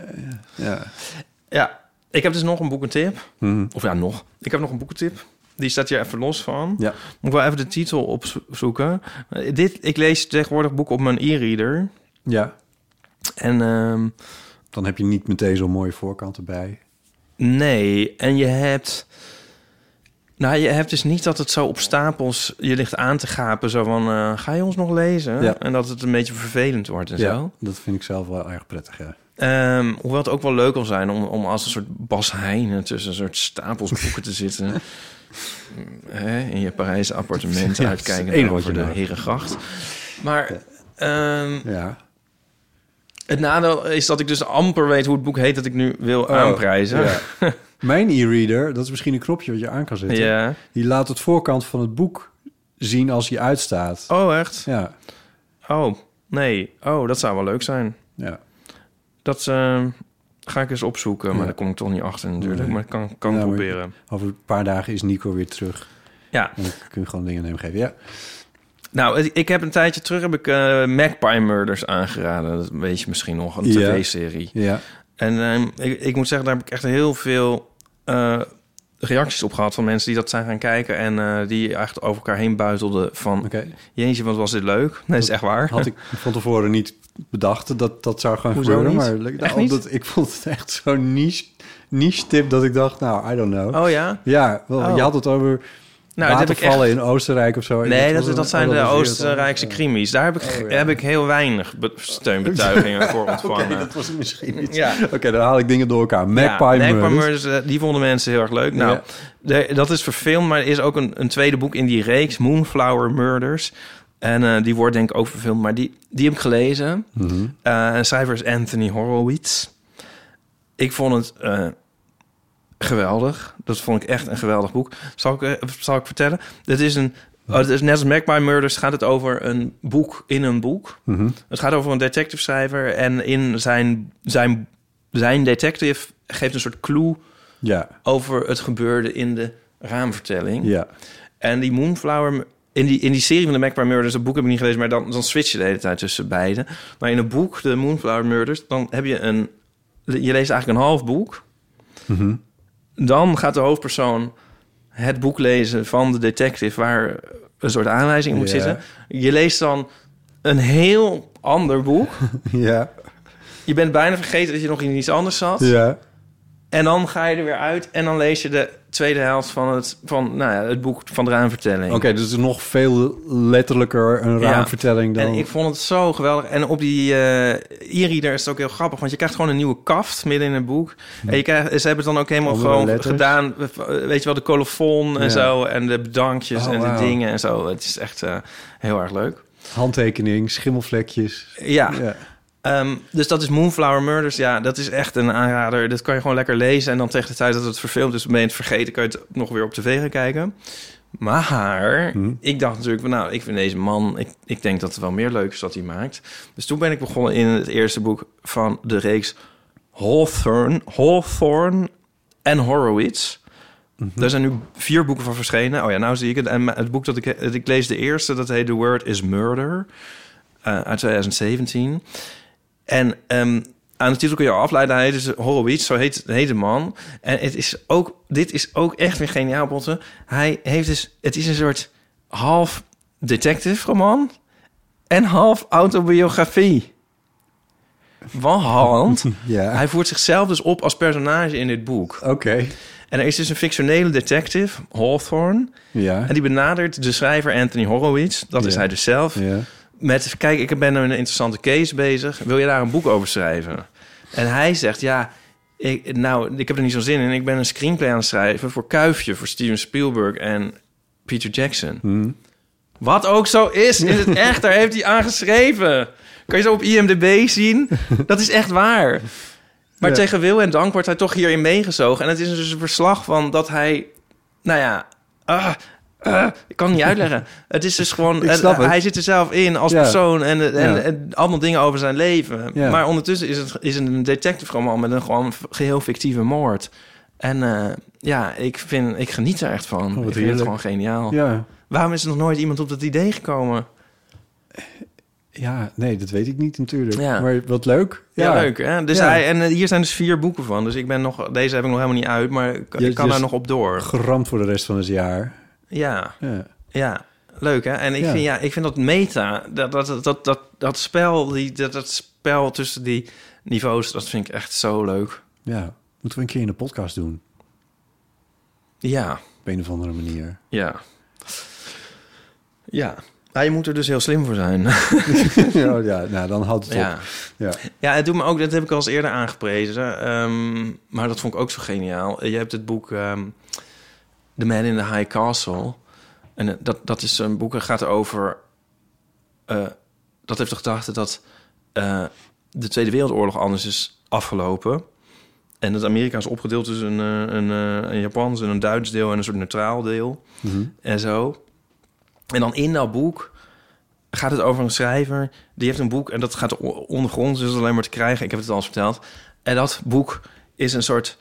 Ja, ik heb dus nog een boekentip. Mm-hmm. Of ja, nog. Ik heb nog een boekentip. Die staat hier even los van. Ja. Moet ik wel even de titel opzoeken. Ik lees tegenwoordig boeken op mijn e-reader. Ja. En... dan heb je niet meteen zo'n mooie voorkant erbij. Nee, en je hebt... Nou, je hebt dus niet dat het zo op stapels je ligt aan te gapen. Zo van, ga je ons nog lezen? Ja. En dat het een beetje vervelend wordt en zo. Dat vind ik zelf wel erg prettig, ja. Hoewel het ook wel leuk wil zijn om als een soort Bas Heijnen tussen een soort stapels boeken te zitten. In je Parijse appartement uitkijken over de Herengracht. Maar het nadeel is dat ik dus amper weet hoe het boek heet dat ik nu wil aanprijzen. Ja. Mijn e-reader, dat is misschien een knopje wat je aan kan zetten. Ja. Die laat het voorkant van het boek zien als hij uitstaat. Oh, echt? Ja. Oh, nee. Oh, dat zou wel leuk zijn. Ja. Dat ga ik eens opzoeken, maar daar kom ik toch niet achter natuurlijk. Nee. Maar ik kan proberen. Over een paar dagen is Nico weer terug. Ja. En dan kun je gewoon dingen aan hem geven, ja. Nou, ik heb een tijdje terug Magpie Murders aangeraden. Dat weet je misschien nog, een tv-serie. Ja. En ik moet zeggen, daar heb ik echt heel veel reacties op gehad van mensen die dat zijn gaan kijken en die echt over elkaar heen buitelden van... Jeetje, wat was dit leuk? Nee, dat is echt waar. Had ik van tevoren niet bedacht dat zou gaan gebeuren. Maar ik vond het echt zo'n niche tip dat ik dacht, nou, I don't know. Oh ja? Ja, je had het over... watervallen in Oostenrijk of zo. Nee, dat zijn de Oostenrijkse krimis. Daar heb ik heel weinig steunbetuigingen voor ontvangen. Oké, dat was het misschien niet. Ja. Oké, dan haal ik dingen door elkaar. Magpie Murders, die vonden mensen heel erg leuk. Nou, dat is verfilmd, maar er is ook een tweede boek in die reeks, Moonflower Murders. En die wordt denk ik ook verfilmd, maar die heb ik gelezen. Mm-hmm. Schrijver is Anthony Horowitz. Ik vond het... geweldig. Dat vond ik echt een geweldig boek. Zal ik vertellen? Het is net als Magpie Murders gaat het over een boek in een boek. Mm-hmm. Het gaat over een detective schrijver en in zijn detective geeft een soort clue over het gebeurde in de raamvertelling. Ja. En die Moonflower in die serie van de Magpie Murders, dat boek heb ik niet gelezen, maar dan switch je de hele tijd tussen beide. Maar in een boek, de Moonflower Murders, dan heb je je leest eigenlijk een half boek. Mm-hmm. Dan gaat de hoofdpersoon het boek lezen van de detective waar een soort aanwijzing moet zitten. Je leest dan een heel ander boek. Ja. Je bent bijna vergeten dat je nog in iets anders zat. Ja. En dan ga je er weer uit en dan lees je de tweede helft van het boek van de raamvertelling. Oké, dus het is nog veel letterlijker een raamvertelling dan... En ik vond het zo geweldig. En op die e-reader is het ook heel grappig, want je krijgt gewoon een nieuwe kaft midden in het boek. En ze hebben het dan ook helemaal gedaan. Weet je wel, de colofon en zo. En de bedankjes de dingen en zo. Het is echt heel erg leuk. Handtekening, schimmelvlekjes. Ja. Dus dat is Moonflower Murders. Ja, dat is echt een aanrader. Dat kan je gewoon lekker lezen. En dan tegen de tijd dat het verfilmd is, ben je het vergeten, kan je het nog weer op tv gaan kijken. Maar ik dacht natuurlijk van, nou, ik vind deze man... Ik denk dat er wel meer leuk is wat hij maakt. Dus toen ben ik begonnen in het eerste boek van de reeks Hawthorne en Horowitz. Er zijn nu 4 boeken van verschenen. Oh ja, nou zie ik het. En het boek dat ik lees, de eerste, dat heet The Word is Murder. Uit 2017. En aan de titel kun je al afleiden. Hij is Horowitz, zo heet de man. En dit is ook echt weer geniaal, Botte. Hij heeft dus... Het is een soort half detective roman en half autobiografie. Want hij voert zichzelf dus op als personage in dit boek. Oké. En er is dus een fictionele detective, Hawthorne. Ja. En die benadert de schrijver Anthony Horowitz. Dat is hij dus zelf. Ja. Met, kijk, ik ben nu een interessante case bezig. Wil je daar een boek over schrijven? En hij zegt, ja, ik heb er niet zo'n zin in. Ik ben een screenplay aan het schrijven voor Kuifje, voor Steven Spielberg en Peter Jackson. Wat ook zo is in het echt, daar heeft hij aan geschreven. Kan je zo op IMDb zien? Dat is echt waar. Maar tegen wil en dank wordt hij toch hierin meegezogen. En het is dus een verslag van dat hij... Nou ja... ik kan het niet uitleggen. Het is dus gewoon... hij zit er zelf in als persoon... En allemaal dingen over zijn leven. Ja. Maar ondertussen is het een detective roman... met een gewoon geheel fictieve moord. En ik geniet er echt van. Ik vind het gewoon geniaal. Ja. Waarom is er nog nooit iemand op dat idee gekomen? Ja, nee, dat weet ik niet natuurlijk. Ja. Maar wat leuk. Ja, leuk. Hè? Dus hier zijn dus 4 boeken van. Dus deze heb ik nog helemaal niet uit, maar ik kan daar nog op door. Geramd voor de rest van het jaar. Ja, leuk hè. En ik vind dat meta, dat spel tussen die niveaus, dat vind ik echt zo leuk. Ja, moeten we een keer in de podcast doen. Ja. Op een of andere manier. Ja. Je moet er dus heel slim voor zijn. Dan houdt het op. Ja, het doet me ook, dat heb ik al eens eerder aangeprezen. Maar dat vond ik ook zo geniaal. Je hebt het boek The Man in the High Castle. En dat is een boek dat gaat over... dat heeft de gedachte dat de Tweede Wereldoorlog anders is afgelopen. En dat Amerika is opgedeeld tussen een Japans en een Duits deel en een soort neutraal deel. En zo. En dan in dat boek gaat het over een schrijver. Die heeft een boek en dat gaat ondergronds, dus alleen maar te krijgen. Ik heb het al eens verteld. En dat boek is een soort...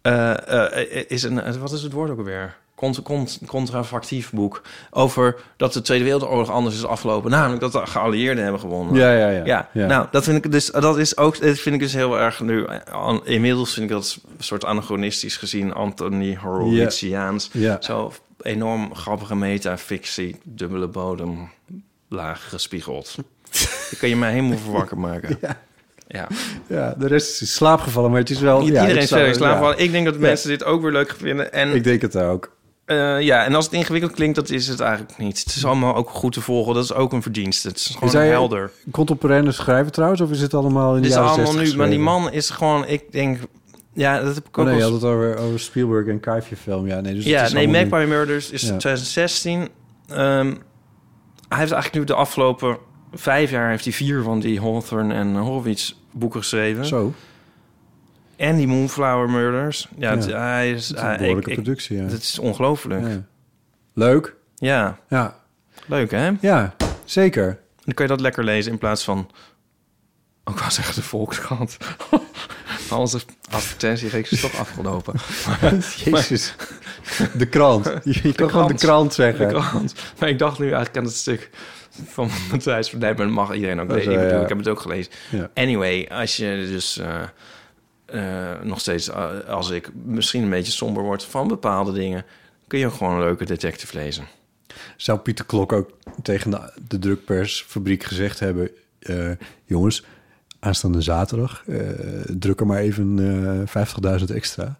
wat is het woord ook alweer? Contrafactief boek. Over dat de Tweede Wereldoorlog anders is afgelopen. Namelijk dat de geallieerden hebben gewonnen. Ja. Nou, dat vind ik dus... Dat vind ik dus heel erg nu... Inmiddels vind ik dat een soort anachronistisch gezien. Anthony Horowitziaans. Zo enorm grappige metafictie. Dubbele bodem. Laag gespiegeld. Daar kan je mij helemaal voor wakker maken. Ja, de rest is in slaap gevallen, maar het is wel... Iedereen is verder in slaap gevallen. Ik denk dat mensen dit ook weer leuk vinden. En, ik denk het ook. En als het ingewikkeld klinkt, dat is het eigenlijk niet. Het is allemaal ook goed te volgen. Dat is ook een verdienste. Het is gewoon helder. Contemporaine schrijver trouwens, of is het allemaal in de jaren 60 geschreven? Maar die man is gewoon, ik denk... Ja, dat heb ik ook... je had het over Spielberg en Kuifje film. Dus Magpie Murders is 2016. Hij heeft eigenlijk nu de afgelopen 5 jaar... heeft hij 4 van die Hawthorne en Horowitz boeken geschreven. Zo. En die Moonflower Murders. Hij is een behoorlijke productie. Ja. Dat is ongelooflijk. Ja. Leuk. Ja. Leuk, hè? Ja, zeker. Dan kun je dat lekker lezen in plaats van... Ook wel zeggen de Volkskrant. Onze advertentiereeks is toch afgelopen. Jezus. De krant. Je kan gewoon de krant zeggen. De krant. Maar ik dacht nu eigenlijk aan het stuk van Matthijs van Dijk, maar dat mag iedereen ook lezen. Ik heb het ook gelezen. Ja. Anyway, als je dus nog steeds, als ik misschien een beetje somber word van bepaalde dingen, kun je ook gewoon een leuke detective lezen. Zou Pieter Klok ook tegen de drukpersfabriek gezegd hebben... jongens, aanstaande zaterdag druk er maar even 50.000 extra.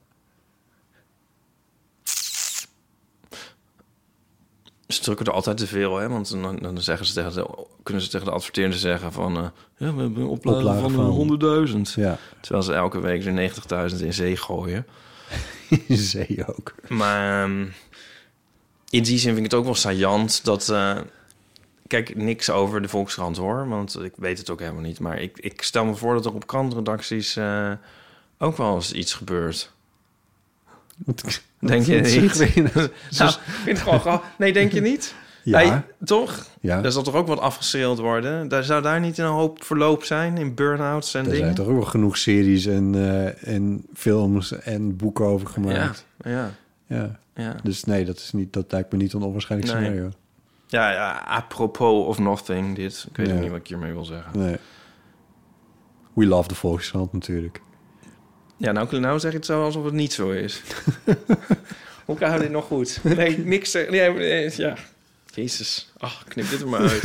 Ze drukken er altijd te veel, hè? Want dan zeggen ze kunnen ze tegen de adverteerder zeggen van... we hebben een oplage van 100.000. Ja. Terwijl ze elke week er 90.000 in zee gooien. In zee ook. Maar in die zin vind ik het ook wel saillant dat... kijk niks over de Volkskrant, hoor. Want ik weet het ook helemaal niet. Maar ik stel me voor dat er op krantredacties ook wel eens iets gebeurt. Denk je niet? Nou, ik vind het gewoon grappig. Nee, denk je niet? Ja. Hey, toch? Ja. Daar zal toch ook wat afgeschreeld worden? Zou daar niet een hoop verloop zijn in burn-outs en Er dingen? zijn toch ook wel genoeg series en films en boeken over gemaakt. Ja. Dus nee, dat lijkt me niet een onwaarschijnlijk Nee. scenario. Ja, apropos of nothing, dit. Ik weet Ja. ook niet wat ik hiermee wil zeggen. Nee. We love de Volkskrant natuurlijk. Ja, nou zeg je het zo alsof het niet zo is. Hoe kan dit nog goed? Nee, niks. Ja. Jezus. Ach, knip dit er maar uit.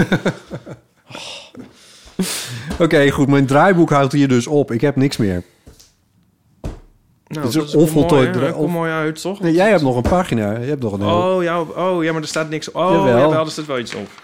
Oké, goed. Mijn draaiboek houdt hier dus op. Ik heb niks meer. Nou, Het is dat een onvoltooid mooi, hè? Komt mooi uit, toch? Nee, jij hebt nog een pagina. Je hebt nog een heel... Ja, maar er staat niks op. Jawel. Jawel, er staat wel iets op.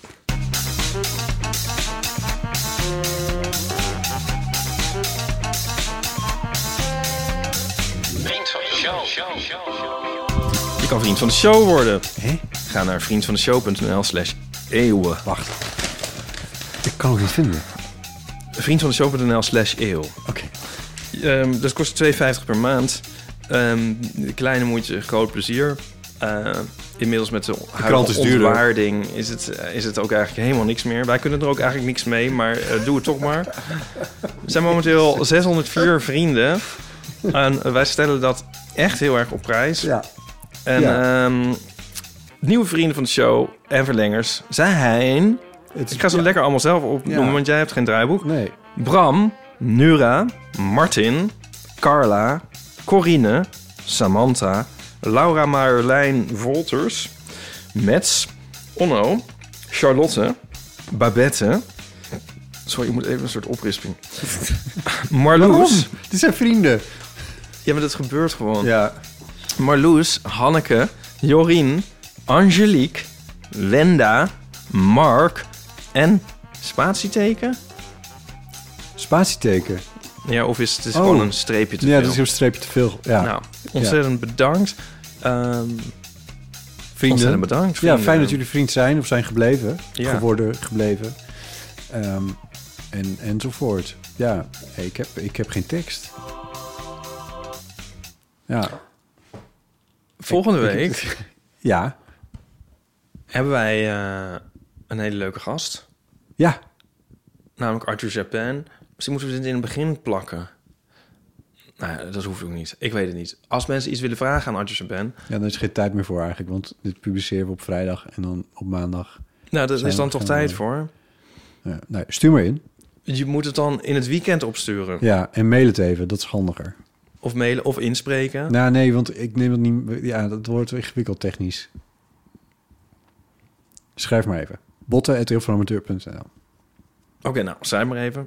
Je kan vriend van de show worden. Hé? Ga naar vriendvandeshow.nl/eeuwen. Wacht. Ik kan het niet vinden. Vriendvandeshow.nl/eeuw. Oké. Dat kost €2,50 per maand. Kleine moeite, groot plezier. Inmiddels met de krant is huidige duurder. ontwaarding is het ook eigenlijk helemaal niks meer. Wij kunnen er ook eigenlijk niks mee, maar doe het toch maar. Er zijn momenteel 604 vrienden. En wij stellen dat echt heel erg op prijs. Ja. En nieuwe vrienden van de show en verlengers zijn... Ik ga ze lekker allemaal zelf opnoemen, Ja. want jij hebt geen draaiboek. Nee. Bram, Nura, Martin, Carla, Corine, Samantha, Laura Marjolein Wolters, Mets, Onno, Charlotte, Babette. Sorry, ik moet even een soort oprisping. Marloes. Dit zijn vrienden. Ja, maar dat gebeurt gewoon. Ja. Marloes, Hanneke, Jorien, Angelique, Wenda, Mark en spatieteken? Spatieteken. Ja, of is het gewoon een streepje te Ja, veel? dat is een streepje te veel. Ja. Nou, ontzettend bedankt. Vrienden. Ontzettend bedankt. Ja, vrienden. fijn dat jullie vriend zijn of zijn gebleven. Ja. Geworden, gebleven. Enzovoort. Ja, hey, ik heb geen tekst. Ja. Volgende week Ja. hebben wij een hele leuke gast. Ja. Namelijk Arthur Japin. Misschien moeten we dit in het begin plakken. Nou ja, dat hoeft ook niet. Ik weet het niet. Als mensen iets willen vragen aan Arthur Japin... Ja, daar is geen tijd meer voor eigenlijk. Want dit publiceren we op vrijdag en dan op maandag. Nou, daar is dan we toch gaan, tijd voor. Ja, nou, stuur maar in. Je moet het dan in het weekend opsturen. Ja, en mail het even. Dat is handiger. Of mailen of inspreken. Nou, nee, want ik neem dat niet... Ja, dat wordt ingewikkeld technisch. Schrijf maar even. botten@eeuwvanamateur.nl. Oké, nou, schrijf maar even.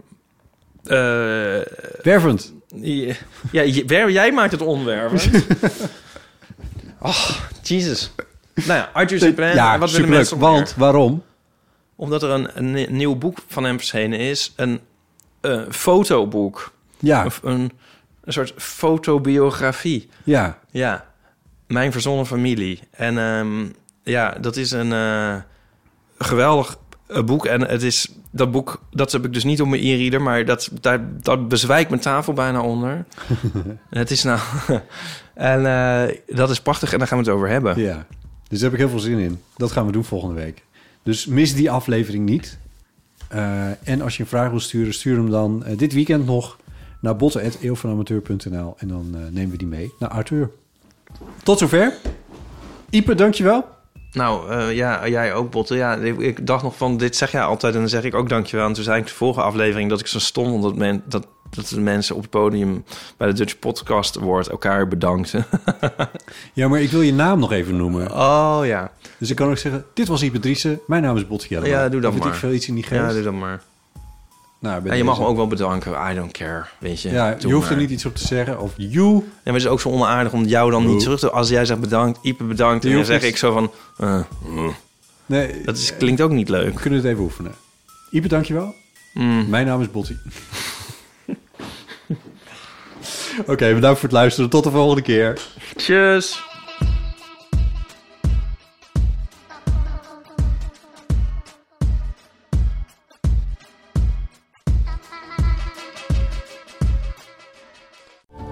Wervend. Ja, jij maakt het onwervend. Oh, Jesus. Nou ja, Arthur Japin. Ja, wat willen superleuk. mensen nog Want, meer? waarom? Omdat er een nieuw boek van hem verschenen is. Een fotoboek. Ja, Of een soort fotobiografie. ja. Ja, Mijn Verzonnen Familie. En ja, dat is een geweldig boek. En het is dat boek, dat heb ik dus niet op mijn e-reader, maar dat bezwijkt mijn tafel bijna onder. Het is nou... en dat is prachtig en daar gaan we het over hebben. Ja, dus daar heb ik heel veel zin in. Dat gaan we doen volgende week. Dus mis die aflevering niet. En als je een vraag wil sturen, stuur hem dan dit weekend nog naar botten@eeuwvanamateur.nl en dan nemen we die mee naar Arthur. Tot zover. Ipe, dankjewel. Nou, ja, jij ook, Botte. Ja, ik dacht nog van, dit zeg jij altijd en dan zeg ik ook dankjewel. En toen zei ik de vorige aflevering dat ik zo stom vond dat de mensen op het podium bij de Dutch Podcast Award elkaar bedankten. Ja, maar ik wil je naam nog even noemen. Oh, ja. Dus ik kan ook zeggen, dit was Ipe Driessen. Mijn naam is Botte Jellema. Ja, doe dat Weet maar. ik veel iets in die geest? Ja, doe dat maar. Nou, bij En je mag deze. me ook wel bedanken. I don't care, weet je. Ja, Doe je hoeft maar. er niet iets op te zeggen. Of you. Ja, maar het is ook zo onaardig om jou dan niet Oh. terug te... Als jij zegt bedankt, Ipe bedankt, en Je dan hoeft zeg niet- ik zo van... Nee, klinkt ook niet we leuk. kunnen het even oefenen. Ipe, dankjewel. Mijn naam is Botti. Oké, bedankt voor het luisteren. Tot de volgende keer. Tjus!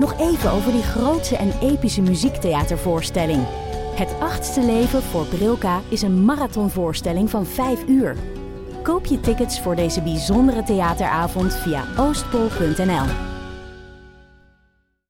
Nog even over die grootse en epische muziektheatervoorstelling. Het 8e leven voor Brilka is een marathonvoorstelling van 5 uur. Koop je tickets voor deze bijzondere theateravond via oostpol.nl.